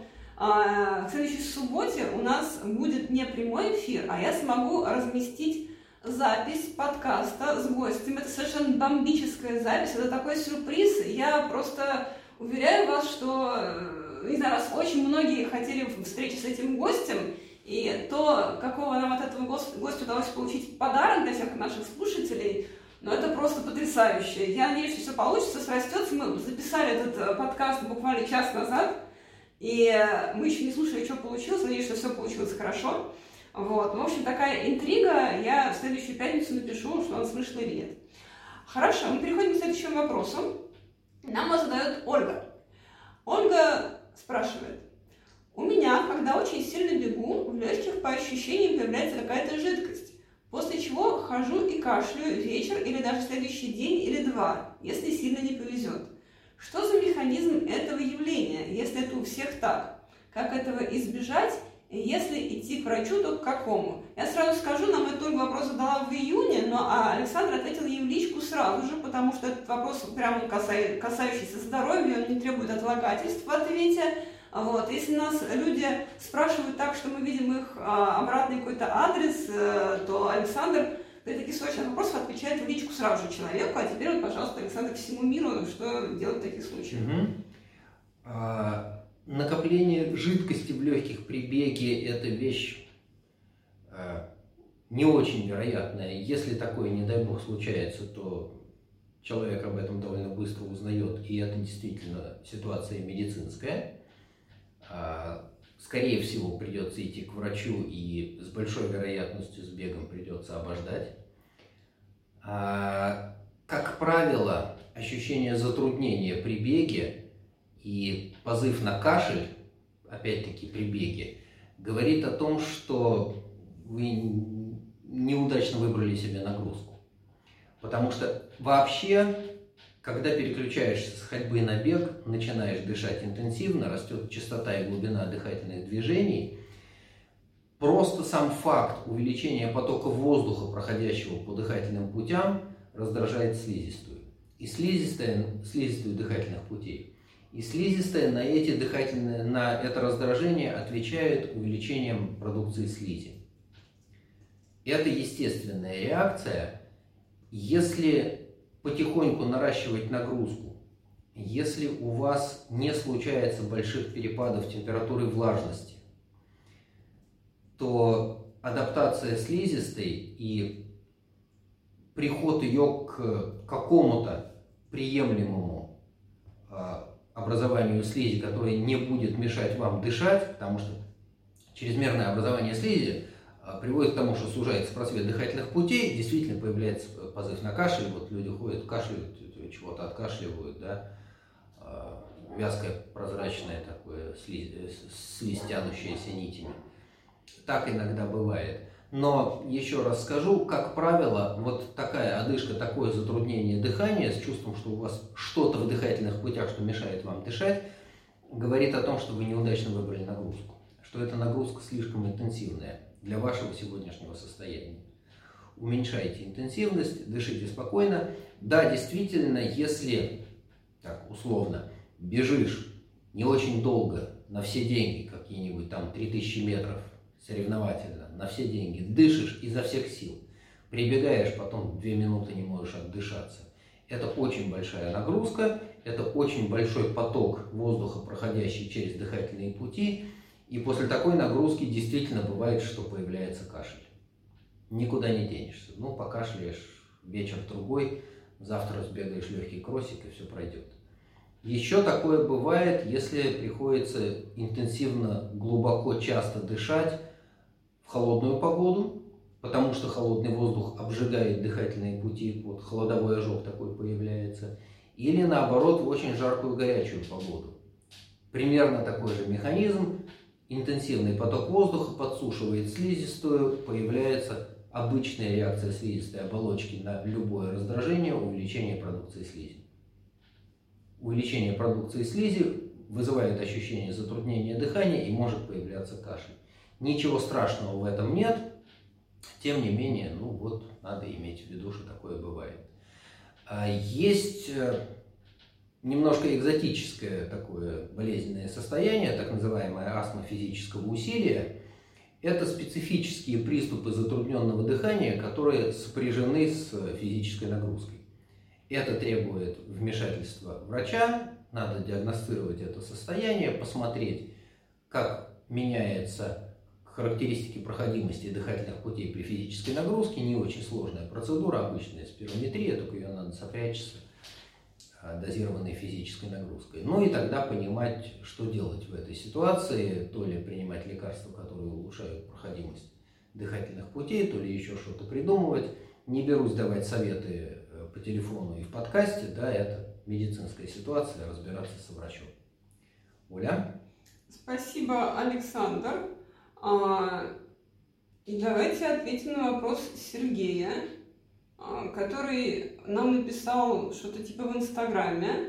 субботе у нас будет не прямой эфир, а я смогу разместить запись подкаста с гостем. Это совершенно бомбическая запись, это такой сюрприз. Я просто уверяю вас, что, не знаю, раз очень многие хотели встречи с этим гостем, и то, какого нам от этого гостя удалось получить подарок для всех наших слушателей, ну это просто потрясающе. Я надеюсь, что все получится, срастется. Мы записали этот подкаст буквально час назад, и мы еще не слушали, что получилось. Надеюсь, что все получилось хорошо. Вот. В общем, такая интрига. Я в следующую пятницу напишу, что он слышал или нет. Хорошо, мы переходим к следующему вопросу. Нам его задает Ольга. Ольга спрашивает. У меня, когда очень сильно бегу, в легких по ощущениям появляется какая-то жидкость, после чего хожу и кашляю вечер или даже следующий день или 2, если сильно не повезет. Что за механизм этого явления, если это у всех так? Как этого избежать? И если идти к врачу, то к какому? Я сразу скажу, нам эту вопрос задала в июне, но Александр ответил ей в личку сразу же, потому что этот вопрос прямо касающийся здоровья, он не требует отлагательств в ответе. Вот. Если нас люди спрашивают так, что мы видим их обратный какой-то адрес, то Александр при таких срочных вопросах отвечает в личку сразу же человеку. А теперь, вот, пожалуйста, Александр, всему миру, что делать в таких случаях. Накопление жидкости в легких при беге – это вещь не очень вероятная. Если такое, не дай бог, случается, то человек об этом довольно быстро узнает, и это действительно ситуация медицинская. Скорее всего, придется идти к врачу, и с большой вероятностью с бегом придется обождать. Как правило, ощущение затруднения при беге и позыв на кашель, опять-таки при беге, говорит о том, что вы неудачно выбрали себе нагрузку. Потому что вообще, когда переключаешься с ходьбы на бег, начинаешь дышать интенсивно, растет частота и глубина дыхательных движений, просто сам факт увеличения потока воздуха, проходящего по дыхательным путям, раздражает слизистую. И слизистую дыхательных путей. И слизистая на это раздражение отвечает увеличением продукции слизи. Это естественная реакция. Если потихоньку наращивать нагрузку, если у вас не случается больших перепадов температуры и влажности, то адаптация слизистой и приход ее к какому-то приемлемому образованию слизи, которое не будет мешать вам дышать, потому что чрезмерное образование слизи приводит к тому, что сужается просвет дыхательных путей, действительно появляется позыв на кашель, вот люди ходят, кашляют, чего-то откашливают, да, вязкое, прозрачное такое, слизь, тянущаяся нитями. Так иногда бывает. Но еще раз скажу, как правило, вот такая одышка, такое затруднение дыхания с чувством, что у вас что-то в дыхательных путях, что мешает вам дышать, говорит о том, что вы неудачно выбрали нагрузку, что эта нагрузка слишком интенсивная для вашего сегодняшнего состояния. Уменьшайте интенсивность, дышите спокойно. Да, действительно, если, так условно, бежишь не очень долго, на все деньги, какие-нибудь там 3000 метров, соревновательно, на все деньги, дышишь изо всех сил, прибегаешь, потом 2 минуты не можешь отдышаться. Это очень большая нагрузка, это очень большой поток воздуха, проходящий через дыхательные пути, и после такой нагрузки действительно бывает, что появляется кашель. Никуда не денешься. Ну, покашляешь вечер-другой, завтра сбегаешь легкий кроссик, и все пройдет. Еще такое бывает, если приходится интенсивно, глубоко, часто дышать в холодную погоду, потому что холодный воздух обжигает дыхательные пути, вот холодовой ожог такой появляется, или наоборот в очень жаркую, горячую погоду. Примерно такой же механизм. Интенсивный поток воздуха подсушивает слизистую, появляется обычная реакция слизистой оболочки на любое раздражение, увеличение продукции слизи. Увеличение продукции слизи вызывает ощущение затруднения дыхания и может появляться кашель. Ничего страшного в этом нет, тем не менее, ну вот, надо иметь в виду, что такое бывает. Есть немножко экзотическое такое болезненное состояние, так называемая астма физического усилия. Это специфические приступы затрудненного дыхания, которые сопряжены с физической нагрузкой. Это требует вмешательства врача, надо диагностировать это состояние, посмотреть, как меняются характеристики проходимости дыхательных путей при физической нагрузке. Не очень сложная процедура, обычная спирометрия, только ее надо сопрячь с дозированной физической нагрузкой. Ну и тогда понимать, что делать в этой ситуации, то ли принимать лекарства, которые улучшают проходимость дыхательных путей, то ли еще что-то придумывать. Не берусь давать советы по телефону и в подкасте, да, это медицинская ситуация, разбираться со врачом. Оля? Спасибо, Александр. И давайте ответим на вопрос Сергея, который нам написал что-то типа в Инстаграме.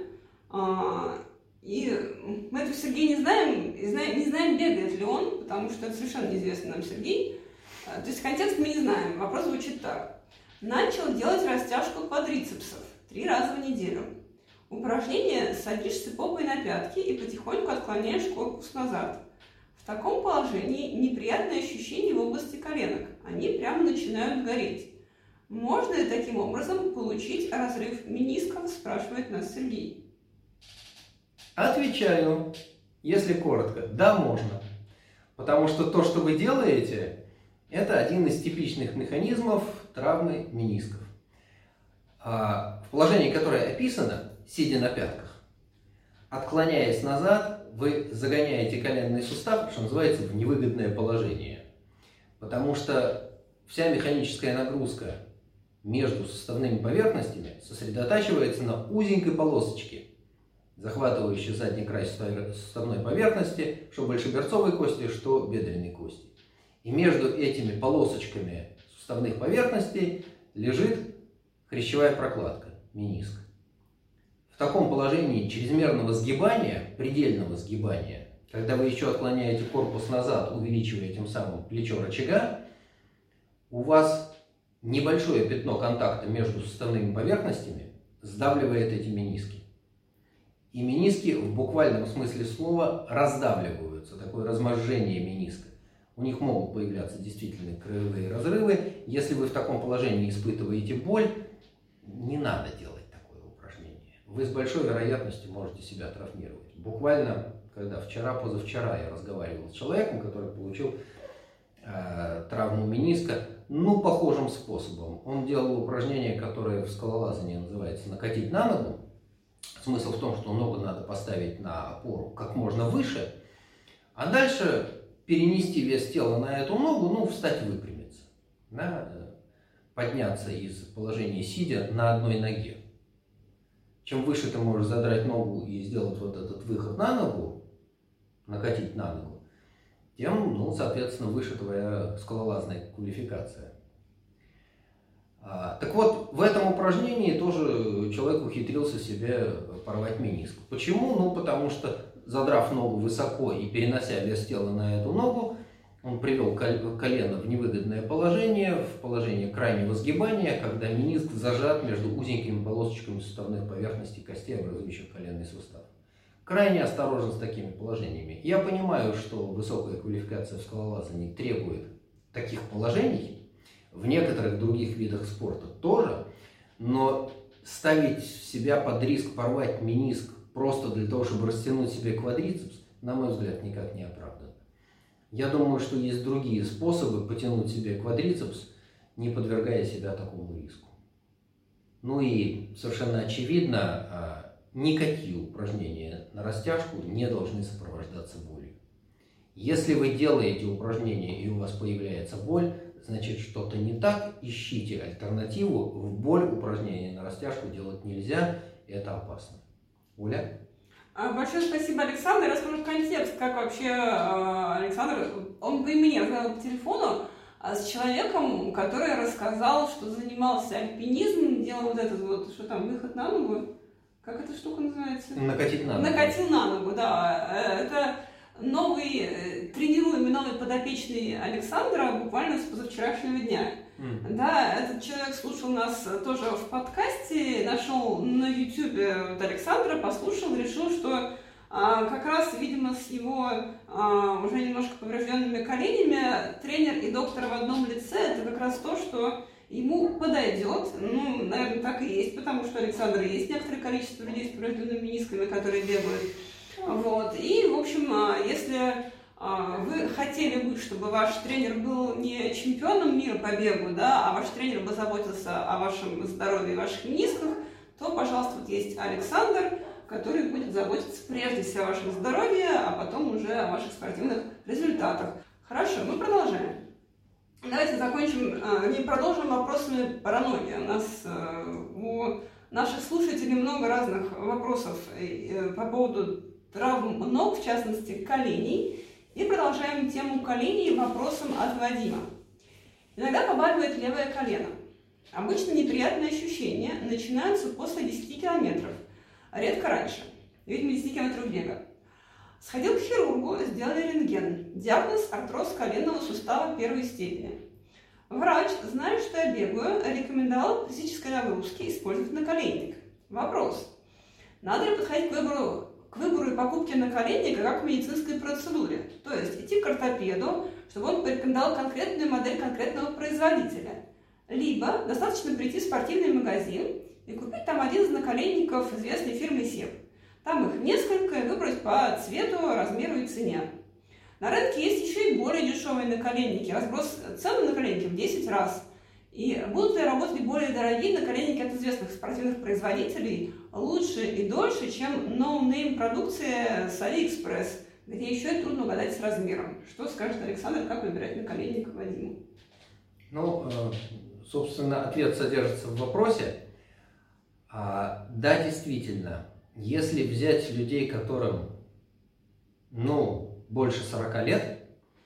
И мы этого Сергея не знаем, не знаем, бегает ли он, потому что это совершенно неизвестный нам Сергей. То есть контекст мы не знаем. Вопрос звучит так. Начал делать растяжку квадрицепсов 3 раза в неделю. Упражнение: садишься попой на пятки и потихоньку отклоняешь корпус назад. В таком положении неприятные ощущения в области коленок. Они прямо начинают гореть. Можно ли таким образом получить разрыв менисков, спрашивает нас Сергей. Отвечаю, если коротко, да, можно. Потому что то, что вы делаете, это один из типичных механизмов травмы менисков. В положении, которое описано, сидя на пятках, отклоняясь назад, вы загоняете коленный сустав, что называется, в невыгодное положение. Потому что вся механическая нагрузка между суставными поверхностями сосредотачивается на узенькой полосочке, захватывающей задний край суставной поверхности, что большеберцовой кости, что бедренной кости. И между этими полосочками суставных поверхностей лежит хрящевая прокладка, мениск. В таком положении чрезмерного сгибания, предельного сгибания, когда вы еще отклоняете корпус назад, увеличивая тем самым плечо рычага, у вас небольшое пятно контакта между суставными поверхностями сдавливает эти мениски. И мениски в буквальном смысле слова раздавливаются, такое разможжение мениска. У них могут появляться действительно краевые разрывы. Если вы в таком положении испытываете боль, не надо делать такое упражнение. Вы с большой вероятностью можете себя травмировать. Буквально, когда позавчера я разговаривал с человеком, который получил травму мениска, похожим способом. Он делал упражнение, которое в скалолазании называется «накатить на ногу». Смысл в том, что ногу надо поставить на опору как можно выше, а дальше перенести вес тела на эту ногу, ну, встать и выпрямиться. Да? Подняться из положения сидя на одной ноге. Чем выше ты можешь задрать ногу и сделать вот этот выход на ногу, накатить на ногу, тем, ну, соответственно, выше твоя скалолазная квалификация. Так вот, в этом упражнении тоже человек ухитрился себе порвать мениск. Почему? Ну, потому что, задрав ногу высоко и перенося вес тела на эту ногу, он привел колено в невыгодное положение, в положение крайнего сгибания, когда мениск зажат между узенькими полосочками суставных поверхностей костей, образующих коленный сустав. Крайне осторожен с такими положениями. Я понимаю, что высокая квалификация в скалолазании требует таких положений, в некоторых других видах спорта тоже, но ставить себя под риск порвать мениск просто для того, чтобы растянуть себе квадрицепс, на мой взгляд, никак не оправдан. Я думаю, что есть другие способы потянуть себе квадрицепс, не подвергая себя такому риску. Ну и совершенно очевидно, никакие упражнения на растяжку не должны сопровождаться болью. Если вы делаете упражнения и у вас появляется боль, значит что-то не так, ищите альтернативу. В боль упражнения на растяжку делать нельзя, это опасно. Оля? Большое спасибо, Александр. Расскажу контекст, как вообще Александр, он по имени разговаривал по телефону с человеком, который рассказал, что занимался альпинизмом, делал вот этот вот, что там, выход на ногу. Как эта штука называется? Накатить на ногу. Накатил на ногу, да. Это новый, тренируемый новый подопечный Александра буквально с позавчерашнего дня. Да, этот человек слушал нас тоже в подкасте, нашел на YouTube вот Александра, послушал, решил, что как раз, видимо, с его уже немножко поврежденными коленями тренер и доктор в одном лице, это как раз то, что ему подойдет. Ну, наверное, так и есть, потому что у Александра есть некоторое количество людей с поврежденными менисками, которые бегают. Вот. И, в общем, если вы хотели бы, чтобы ваш тренер был не чемпионом мира по бегу, да, а ваш тренер бы заботился о вашем здоровье и ваших менисках, то, пожалуйста, вот есть Александр, который будет заботиться прежде всего о вашем здоровье, а потом уже о ваших спортивных результатах. Хорошо, мы продолжаем. Давайте закончим, не продолжим вопросами паранойи. У нас у наших слушателей много разных вопросов по поводу травм ног, в частности коленей. И продолжаем тему коленей вопросом от Вадима. Иногда побаливает левое колено. Обычно неприятные ощущения начинаются после 10 километров, редко раньше, видимо, 10 километров бега. Сходил к хирургу, сделали рентген. Диагноз – артроз коленного сустава первой степени. Врач, зная, что я бегаю, рекомендовал при физической нагрузке использовать наколенник. Вопрос. Надо ли подходить к выбору и покупке наколенника как к медицинской процедуре? То есть идти к ортопеду, чтобы он порекомендовал конкретную модель конкретного производителя. Либо достаточно прийти в спортивный магазин и купить там один из наколенников известной фирмы СЕП. Там их несколько, и выбрать по цвету, размеру и цене. На рынке есть еще и более дешевые наколенники. Разброс цен на наколенники в 10 раз. И будут ли работать более дорогие наколенники от известных спортивных производителей лучше и дольше, чем ноунейм продукция с AliExpress, где еще и трудно угадать с размером? Что скажет Александр, как выбирать наколенник Вадиму? Ну, собственно, ответ содержится в вопросе. Да, действительно, если взять людей, которым, больше 40 лет,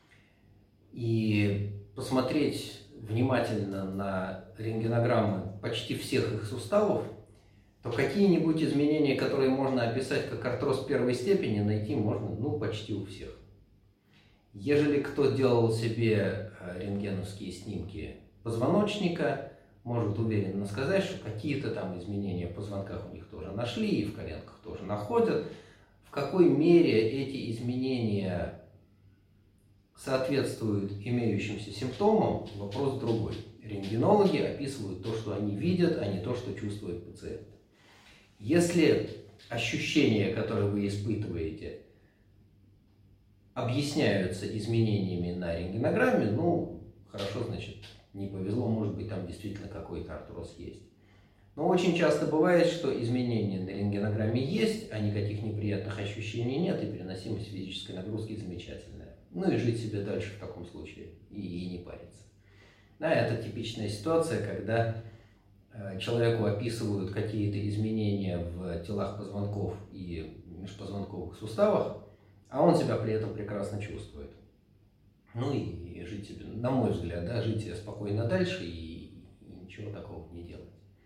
и посмотреть внимательно на рентгенограммы почти всех их суставов, то какие-нибудь изменения, которые можно описать как артроз первой степени, найти можно, почти у всех. Ежели кто делал себе рентгеновские снимки позвоночника, может уверенно сказать, что какие-то там изменения в позвонках у них тоже нашли, и в коленках тоже находят. В какой мере эти изменения соответствуют имеющимся симптомам, вопрос другой. Рентгенологи описывают то, что они видят, а не то, что чувствует пациент. Если ощущения, которые вы испытываете, объясняются изменениями на рентгенограмме, хорошо, значит, не повезло, может быть, там действительно какой-то артроз есть. Но очень часто бывает, что изменения на рентгенограмме есть, а никаких неприятных ощущений нет, и переносимость физической нагрузки замечательная. Ну и жить себе дальше в таком случае и не париться. Да, это типичная ситуация, когда человеку описывают какие-то изменения в телах позвонков и межпозвонковых суставах, а он себя при этом прекрасно чувствует. Ну и жить себе, на мой взгляд, да, жить себе спокойно дальше и ничего такого не делать.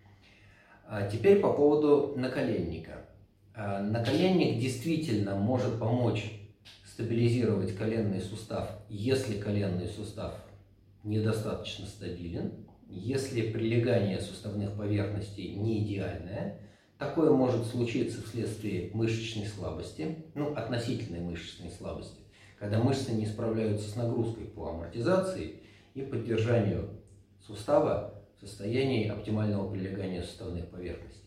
А теперь по поводу наколенника. Наколенник действительно может помочь стабилизировать коленный сустав, если коленный сустав недостаточно стабилен, если прилегание суставных поверхностей не идеальное. Такое может случиться вследствие мышечной слабости, относительной мышечной слабости, когда мышцы не справляются с нагрузкой по амортизации и поддержанию сустава в состоянии оптимального прилегания суставных поверхностей.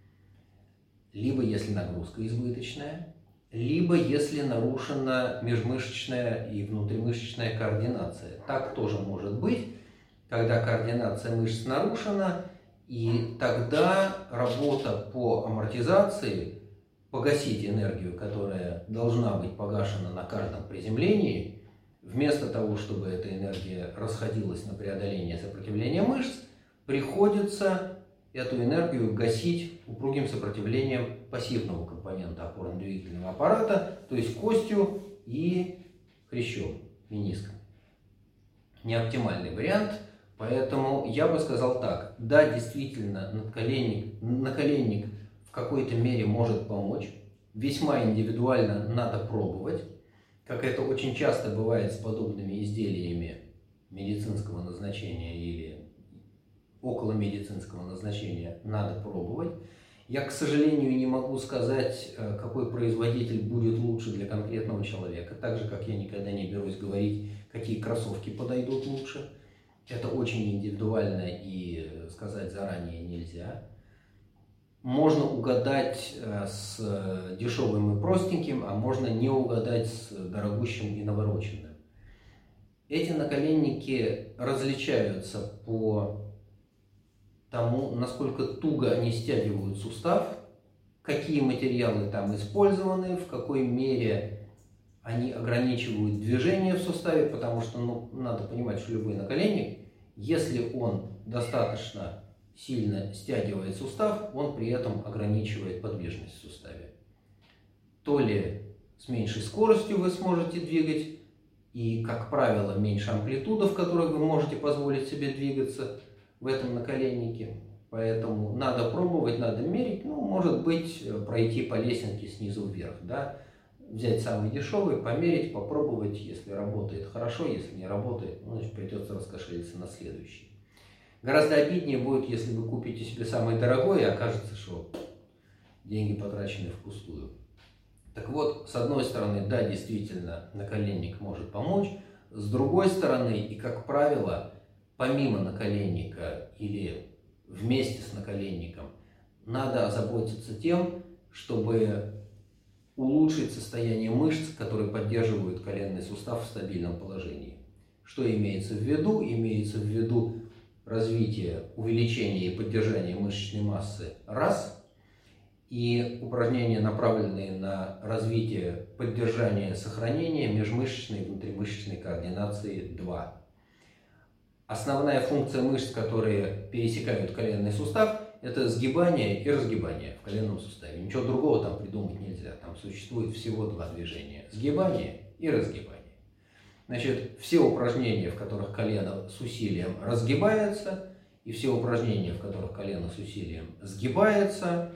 Либо если нагрузка избыточная, либо если нарушена межмышечная и внутримышечная координация. Так тоже может быть, когда координация мышц нарушена, и тогда работа по амортизации, погасить энергию, которая должна быть погашена на каждом приземлении, вместо того, чтобы эта энергия расходилась на преодоление сопротивления мышц, приходится эту энергию гасить упругим сопротивлением пассивного компонента опорно-двигательного аппарата, то есть костью и хрящом, мениском. Неоптимальный вариант, поэтому я бы сказал так: да, действительно, наколенник в какой-то мере может помочь, весьма индивидуально надо пробовать, как это очень часто бывает с подобными изделиями медицинского назначения или около медицинского назначения, надо пробовать. Я, к сожалению, не могу сказать, какой производитель будет лучше для конкретного человека, так же, как я никогда не берусь говорить, какие кроссовки подойдут лучше. Это очень индивидуально и сказать заранее нельзя. Можно угадать с дешевым и простеньким, а можно не угадать с дорогущим и навороченным. Эти наколенники различаются по тому, насколько туго они стягивают сустав, какие материалы там использованы, в какой мере они ограничивают движение в суставе, потому что надо понимать, что любой наколенник, если он достаточно сильно стягивает сустав, он при этом ограничивает подвижность в суставе. То ли с меньшей скоростью вы сможете двигать, и, как правило, меньше амплитуда, в которой вы можете позволить себе двигаться в этом наколеннике. Поэтому надо пробовать, надо мерить, может быть, пройти по лесенке снизу вверх, да? Взять самый дешевый, померить, попробовать, если работает хорошо, если не работает, значит, придется раскошелиться на следующий. Гораздо обиднее будет, если вы купите себе самый дорогой, и окажется, что деньги потрачены впустую. Так вот, с одной стороны, да, действительно, наколенник может помочь, с другой стороны, и как правило, помимо наколенника или вместе с наколенником, надо озаботиться тем, чтобы улучшить состояние мышц, которые поддерживают коленный сустав в стабильном положении. Что имеется в виду? Имеется в виду развитие, увеличение и поддержание мышечной массы – раз, и упражнения, направленные на развитие, поддержание, сохранение межмышечной и внутримышечной координации – два. Основная функция мышц, которые пересекают коленный сустав, это сгибание и разгибание в коленном суставе. Ничего другого там придумать нельзя. Там существует всего два движения – сгибание и разгибание. Значит, все упражнения, в которых колено с усилием разгибается, и все упражнения, в которых колено с усилием сгибается,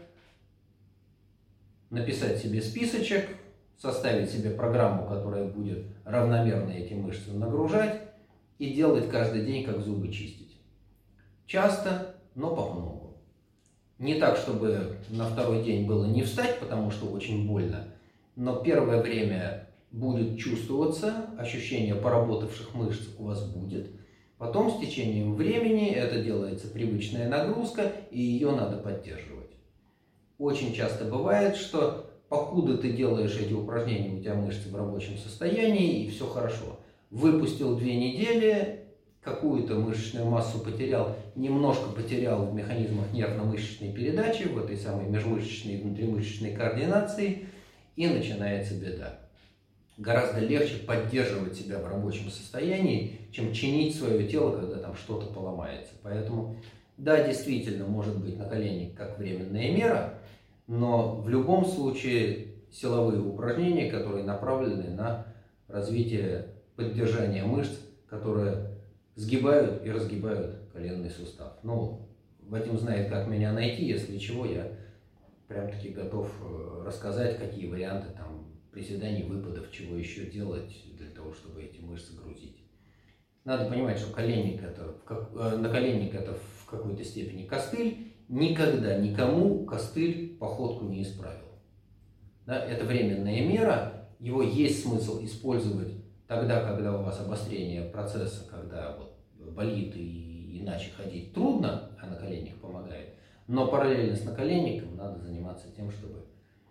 написать себе списочек, составить себе программу, которая будет равномерно эти мышцы нагружать, и делать каждый день, как зубы чистить. Часто, но по-много. Не так, чтобы на второй день было не встать, потому что очень больно, но первое время будет чувствоваться, ощущение поработавших мышц у вас будет. Потом с течением времени это делается привычная нагрузка, и ее надо поддерживать. Очень часто бывает, что покуда ты делаешь эти упражнения, у тебя мышцы в рабочем состоянии, и все хорошо. Выпустил 2 недели, какую-то мышечную массу потерял, немножко потерял в механизмах нервно-мышечной передачи, в этой самой межмышечной и внутримышечной координации, и начинается беда. Гораздо легче поддерживать себя в рабочем состоянии, чем чинить свое тело, когда там что-то поломается. Поэтому, да, действительно, может быть наколенник как временная мера, но в любом случае силовые упражнения, которые направлены на развитие поддержания мышц, которые сгибают и разгибают коленный сустав. Ну, Вадим знает, как меня найти, если чего, я прям-таки готов рассказать, какие варианты там приседаний, выпадов, чего еще делать для того, чтобы эти мышцы грузить. Надо понимать, что наколенник это в какой-то степени костыль. Никогда никому костыль походку не исправил. Да, это временная мера, его есть смысл использовать тогда, когда у вас обострение процесса, когда вот болит и иначе ходить трудно, а наколенник помогает. Но параллельно с наколенником надо заниматься тем, чтобы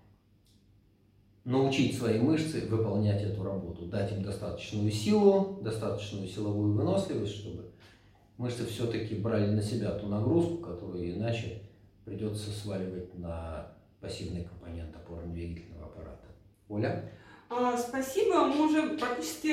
научить свои мышцы выполнять эту работу, дать им достаточную силу, достаточную силовую выносливость, чтобы мышцы все-таки брали на себя ту нагрузку, которую иначе придется сваливать на пассивный компонент опорно-двигательного аппарата. Оля? Спасибо. Мы уже практически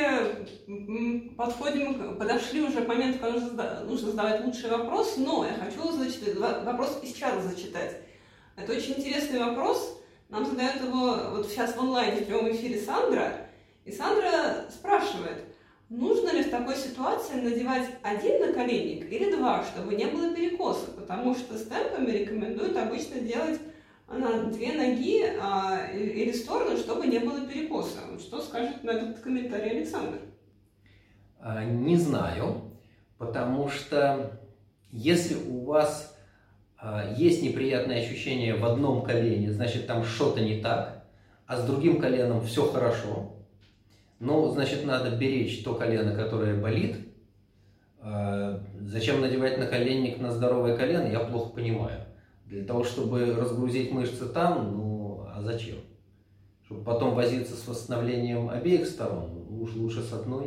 подошли уже к моменту, когда нужно задавать лучший вопрос, но я хочу вопрос из чата зачитать. Это очень интересный вопрос. Нам задает его вот сейчас в онлайне в прямом эфире Сандра. И Сандра спрашивает, нужно ли в такой ситуации надевать один наколенник или два, чтобы не было перекоса, потому что с темпами рекомендуют обычно делать на две ноги или стороны, чтобы не было перекоса. Что скажет на этот комментарий Александр? Не знаю, потому что если у вас есть неприятное ощущение в одном колене, значит там что-то не так, а с другим коленом все хорошо, ну, значит, надо беречь то колено, которое болит. Зачем надевать наколенник на здоровое колено, я плохо понимаю. Для того, чтобы разгрузить мышцы там, ну, а зачем? Чтобы потом возиться с восстановлением обеих сторон, уж лучше с одной?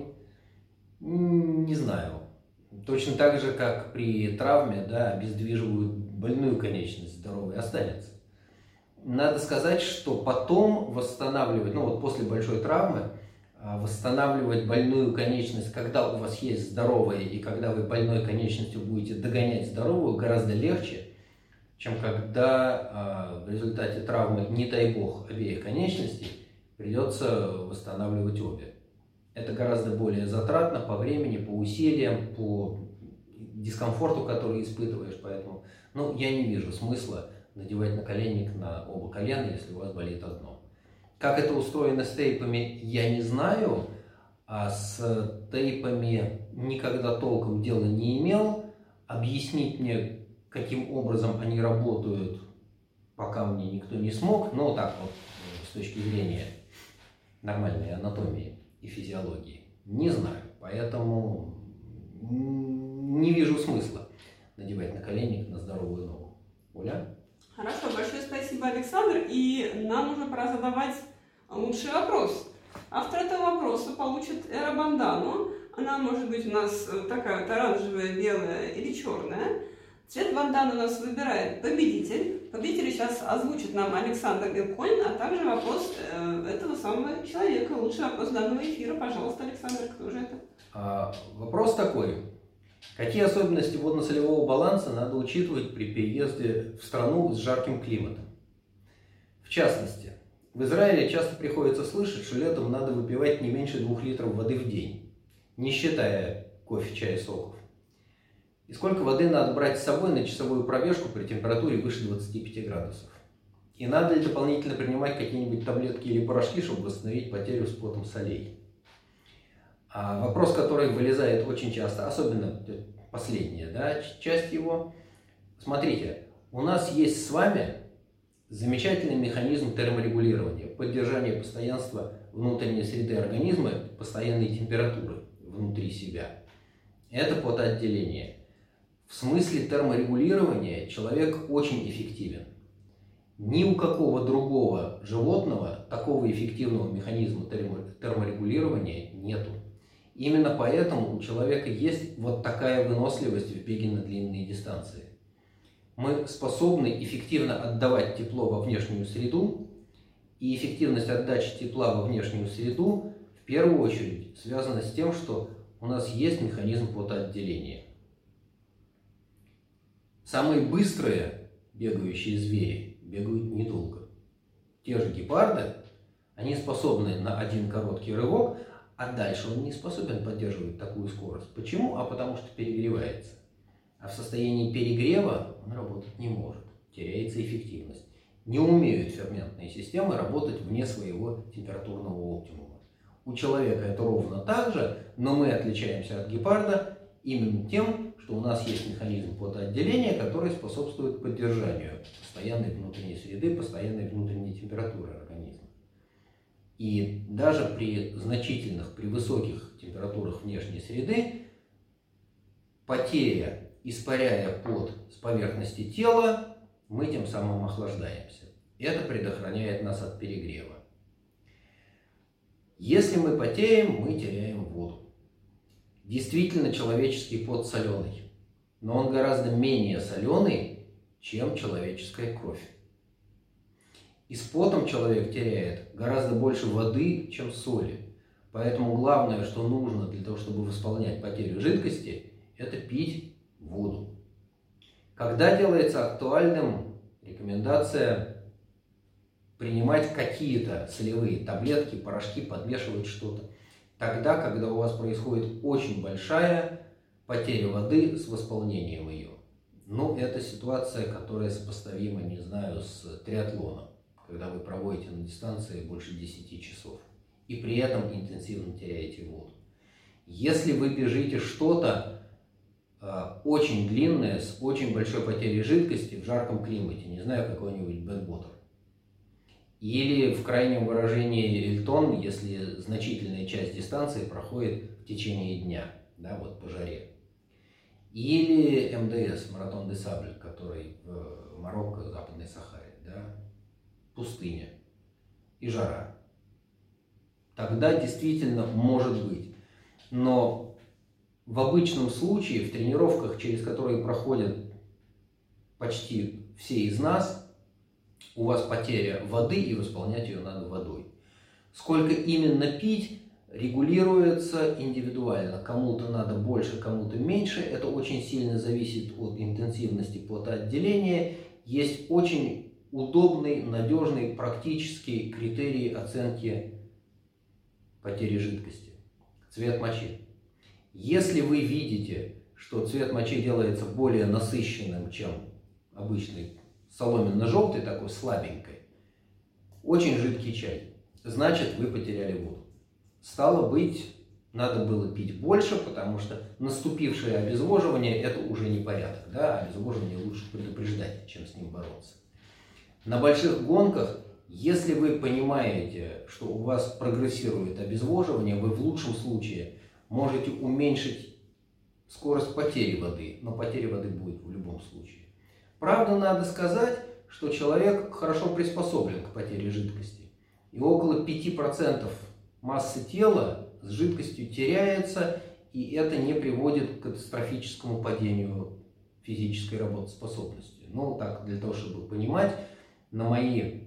Не знаю. Точно так же, как при травме, да, обездвиживают больную конечность, здоровой останется. Надо сказать, что потом восстанавливать, ну вот после большой травмы, восстанавливать больную конечность, когда у вас есть здоровая, и когда вы больной конечностью будете догонять здоровую, гораздо легче, чем когда в результате травмы, не дай бог, обеих конечностей, придется восстанавливать обе. Это гораздо более затратно по времени, по усилиям, по дискомфорту, который испытываешь. Поэтому я не вижу смысла надевать наколенник на оба колена, если у вас болит одно. Как это устроено с тейпами, я не знаю. А с тейпами никогда толком дела не имел. Объяснить мне, каким образом они работают, пока мне никто не смог. Но так вот, с точки зрения нормальной анатомии и физиологии, не знаю. Поэтому не вижу смысла надевать наколенник на здоровую ногу. Оля? Хорошо, большое спасибо, Александр. И нам уже пора задавать лучший вопрос. Автор этого вопроса получит эробандану. Она может быть у нас такая вот оранжевая, белая или черная. Цвет банданы у нас выбирает победитель. Победитель сейчас озвучит нам Александр Илконин, а также вопрос этого самого человека. Лучший вопрос данного эфира. Пожалуйста, Александр, кто же это? Вопрос такой. Какие особенности водно-солевого баланса надо учитывать при переезде в страну с жарким климатом? В частности, в Израиле часто приходится слышать, что летом надо выпивать не меньше 2 литров воды в день, не считая кофе, чая, соков. И сколько воды надо брать с собой на часовую пробежку при температуре выше 25 градусов? И надо ли дополнительно принимать какие-нибудь таблетки или порошки, чтобы восстановить потерю с потом солей? Вопрос, который вылезает очень часто, особенно последняя, да, часть его. Смотрите, у нас есть с вами замечательный механизм терморегулирования, поддержания постоянства внутренней среды организма, постоянной температуры внутри себя. Это потоотделение. В смысле терморегулирования человек очень эффективен. Ни у какого другого животного такого эффективного механизма терморегулирования нету. Именно поэтому у человека есть вот такая выносливость в беге на длинные дистанции. Мы способны эффективно отдавать тепло во внешнюю среду, и эффективность отдачи тепла во внешнюю среду в первую очередь связана с тем, что у нас есть механизм потоотделения. Самые быстрые бегающие звери бегают недолго. Те же гепарды, они способны на один короткий рывок, а дальше он не способен поддерживать такую скорость. Почему? А потому что перегревается. А в состоянии перегрева он работать не может, теряется эффективность. Не умеют ферментные системы работать вне своего температурного оптимума. У человека это ровно так же, но мы отличаемся от гепарда именно тем, что у нас есть механизм потоотделения, который способствует поддержанию постоянной внутренней среды, постоянной внутренней температуры организма. И даже при значительных, при высоких температурах внешней среды, потеря, испаряя пот с поверхности тела, мы тем самым охлаждаемся. Это предохраняет нас от перегрева. Если мы потеем, мы теряем воду. Действительно, человеческий пот соленый, но он гораздо менее соленый, чем человеческая кровь. И с потом человек теряет гораздо больше воды, чем соли. Поэтому главное, что нужно для того, чтобы восполнять потерю жидкости, это пить воду. Когда делается актуальным рекомендация принимать какие-то солевые таблетки, порошки, подмешивать что-то, тогда, когда у вас происходит очень большая потеря воды с восполнением ее. Ну, это ситуация, которая сопоставима, не знаю, с триатлоном, когда вы проводите на дистанции больше 10 часов и при этом интенсивно теряете воду. Если вы бежите что-то очень длинное, с очень большой потерей жидкости в жарком климате, не знаю, какой-нибудь бэквотер, или в крайнем выражении эльтон, если значительная часть дистанции проходит в течение дня, да, вот по жаре. Или МДС, маратон де Сабль, который в Марокко, Западной Сахаре, да, пустыня и жара. Тогда действительно может быть. Но в обычном случае, в тренировках, через которые проходят почти все из нас, у вас потеря воды, и восполнять ее надо водой. Сколько именно пить, регулируется индивидуально. Кому-то надо больше, кому-то меньше. Это очень сильно зависит от интенсивности потоотделения. Есть очень удобный, надежный, практический критерий оценки потери жидкости. Цвет мочи. Если вы видите, что цвет мочи делается более насыщенным, чем обычный соломенно-желтый, такой слабенькой, очень жидкий чай, значит, вы потеряли воду. Стало быть, надо было пить больше, потому что наступившее обезвоживание – это уже не порядок. Да? Обезвоживание лучше предупреждать, чем с ним бороться. На больших гонках, если вы понимаете, что у вас прогрессирует обезвоживание, вы в лучшем случае можете уменьшить скорость потери воды, но потеря воды будет в любом случае. Правда, надо сказать, что человек хорошо приспособлен к потере жидкости. И около 5% массы тела с жидкостью теряется, и это не приводит к катастрофическому падению физической работоспособности. Ну, так, для того, чтобы понимать, на мои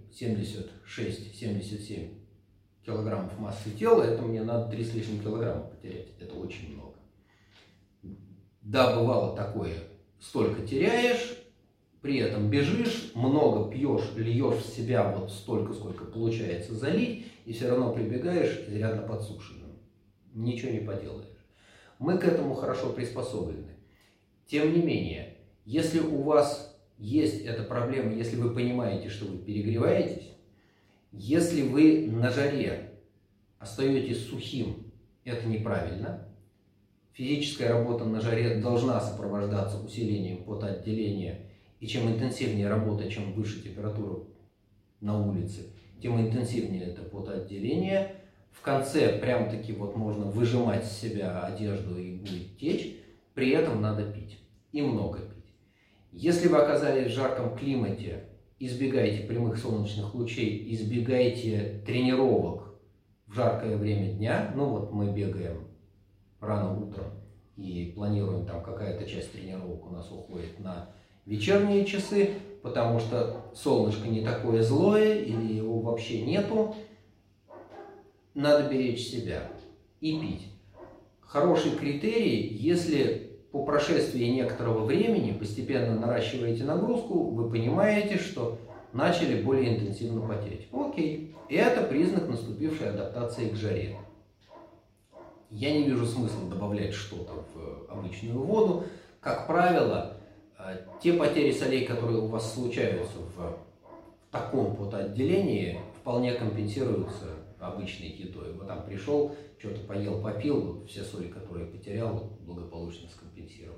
76-77 килограммов массы тела, это мне надо 3 с лишним килограмма потерять. Это очень много. Да, бывало такое, столько теряешь, при этом бежишь, много пьешь, льешь в себя вот столько, сколько получается залить, и все равно прибегаешь изрядно подсушенным. Ничего не поделаешь. Мы к этому хорошо приспособлены. Тем не менее, если у вас есть эта проблема, если вы понимаете, что вы перегреваетесь, если вы на жаре остаетесь сухим, это неправильно. Физическая работа на жаре должна сопровождаться усилением потоотделения. И чем интенсивнее работа, чем выше температура на улице, тем интенсивнее это потоотделение. В конце прям-таки вот можно выжимать с себя одежду и будет течь. При этом надо пить. И много пить. Если вы оказались в жарком климате, избегайте прямых солнечных лучей, избегайте тренировок в жаркое время дня. Ну вот мы бегаем рано утром и планируем, там какая-то часть тренировок у нас уходит на вечерние часы, потому что солнышко не такое злое или его вообще нету. Надо беречь себя и пить. Хороший критерий, если по прошествии некоторого времени постепенно наращиваете нагрузку, вы понимаете, что начали более интенсивно потеть. Окей. И это признак наступившей адаптации к жаре. Я не вижу смысла добавлять что-то в обычную воду. Как правило, те потери солей, которые у вас случаются в таком потоотделении, вполне компенсируются обычной едой. Вот там пришел, что-то поел, попил, все соли, которые потерял, благополучно скомпенсировал.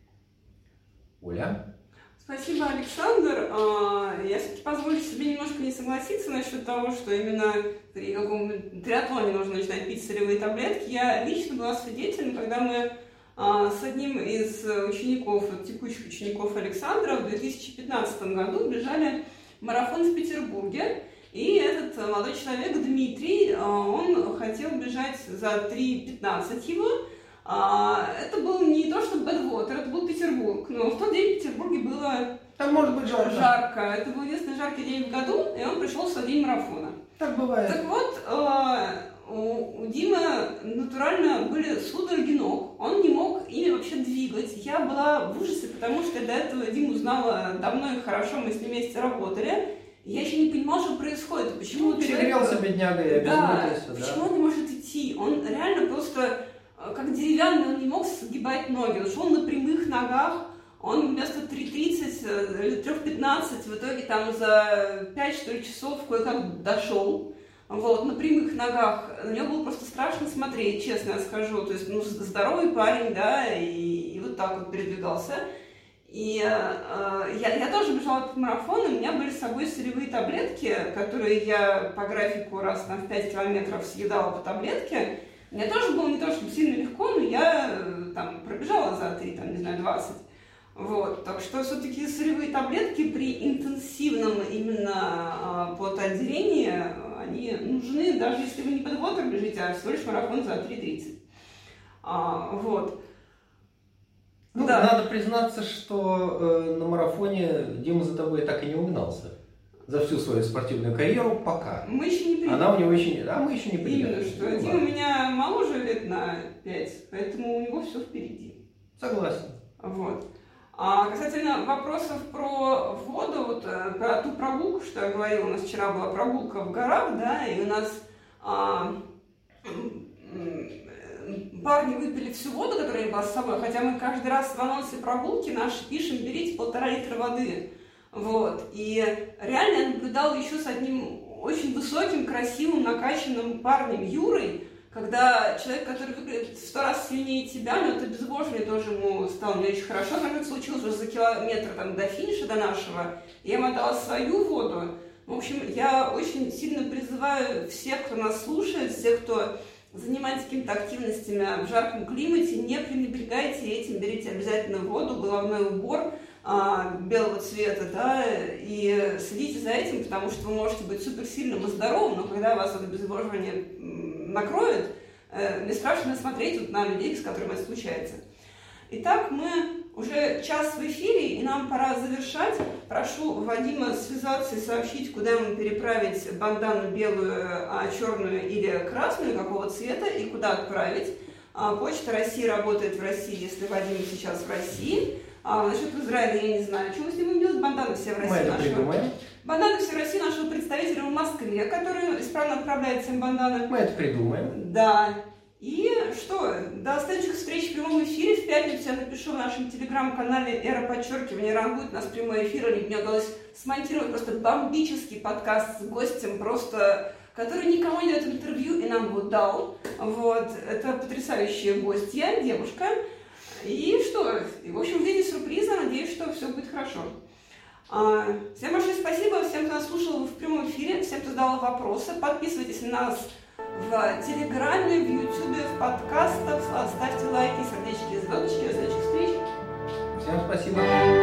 Оля? Спасибо, Александр. Я все-таки позволю себе немножко не согласиться насчет того, что именно при каком-то триатлоне нужно начинать пить солевые таблетки. Я лично была свидетелем, когда мы с одним из учеников, текущих учеников Александра в 2015 году бежали марафон в Петербурге. И этот молодой человек, Дмитрий, он хотел бежать за 3:15 его. Это был не то, что Бэдвотер, это был Петербург. Но в тот день в Петербурге было там может быть жарко. Это был единственный жаркий день в году, и он пришел в день марафона. Так бывает. Так вот, у Димы натурально были судороги ног. Он не мог ими вообще двигать. Я была в ужасе, потому что до этого Диму знала давно и хорошо, мы с ним вместе работали. Я еще не понимала, что происходит. Почему перегрелся бедняга и обезумелился. Да, почему он не может идти? Он реально просто как деревянный, он не мог сгибать ноги. Он шел на прямых ногах, он вместо 3:30 или 3:15 в итоге там за 5, что ли, часов кое-как дошел. Вот, на прямых ногах. На него было просто страшно смотреть, честно я скажу. То есть, здоровый парень, да, и вот так вот передвигался. И я тоже бежала по марафону, у меня были с собой солевые таблетки, которые я по графику раз там, в 5 километров съедала по таблетке. Мне тоже было не то, чтобы сильно легко, но я там пробежала за 3, там, не знаю, 20. Вот. Так что все-таки солевые таблетки при интенсивном именно потоотделении, они нужны, даже если вы не Бэдвотер бежите, а всего лишь марафон за 3:30. Вот. Ну, да. Надо признаться, что на марафоне Дима за тобой так и не угнался. За всю свою спортивную карьеру пока. Мы еще не приехали. Она у него еще не... А мы еще не приехали. Именно что. Дима меня моложе лет на 5, поэтому у него все впереди. Согласен. Вот. Касательно вопросов про воду, вот про ту прогулку, что я говорила, у нас вчера была прогулка в горах, да, и у нас парни выпили всю воду, которая была с собой, хотя мы каждый раз в анонсе прогулки наши пишем: берите 1,5 литра воды. Вот. И реально я наблюдала еще с одним очень высоким, красивым, накачанным парнем Юрой, когда человек, который выглядит в 100 раз сильнее тебя, но это обезвоживание тоже ему стало не очень хорошо. Как это случилось уже за километр там, до финиша, до нашего. Я ему отдала свою воду. В общем, я очень сильно призываю всех, кто нас слушает, всех, кто занимайтесь какими-то активностями в жарком климате, не пренебрегайте этим, берите обязательно воду, головной убор белого цвета, да, и следите за этим, потому что вы можете быть суперсильным и здоровым, но когда вас это обезвоживание накроет, мне страшно смотреть вот на людей, с которыми это случается. Итак, мы уже час в эфире, и нам пора завершать. Прошу Вадима связаться и сообщить, куда ему переправить бандану белую, черную или красную, какого цвета, и куда отправить. Почта России работает в России, если Вадим сейчас в России. Насчет Израиля я не знаю. Что мы с ним будем делать? Банданы все в России. Мы это придумаем. Банданы все в России нашего представителя в Москве, который исправно отправляет всем банданы. Мы это придумаем. Да. И что, до следующих встреч в прямом эфире. В пятницу я напишу в нашем телеграм-канале @_, рано будет у нас прямой эфир, и мне удалось смонтировать просто бомбический подкаст с гостем, просто, который никому не дает интервью и нам его дал. Вот, это потрясающая гостья, девушка. И что, в общем, в виде сюрприза, надеюсь, что все будет хорошо. Всем большое спасибо, всем, кто нас слушал в прямом эфире, всем, кто задал вопросы. Подписывайтесь на нас в Телеграме, в Ютубе, в подкастах, ставьте лайки, сердечки, звездочки. До следующих встреч. Всем спасибо.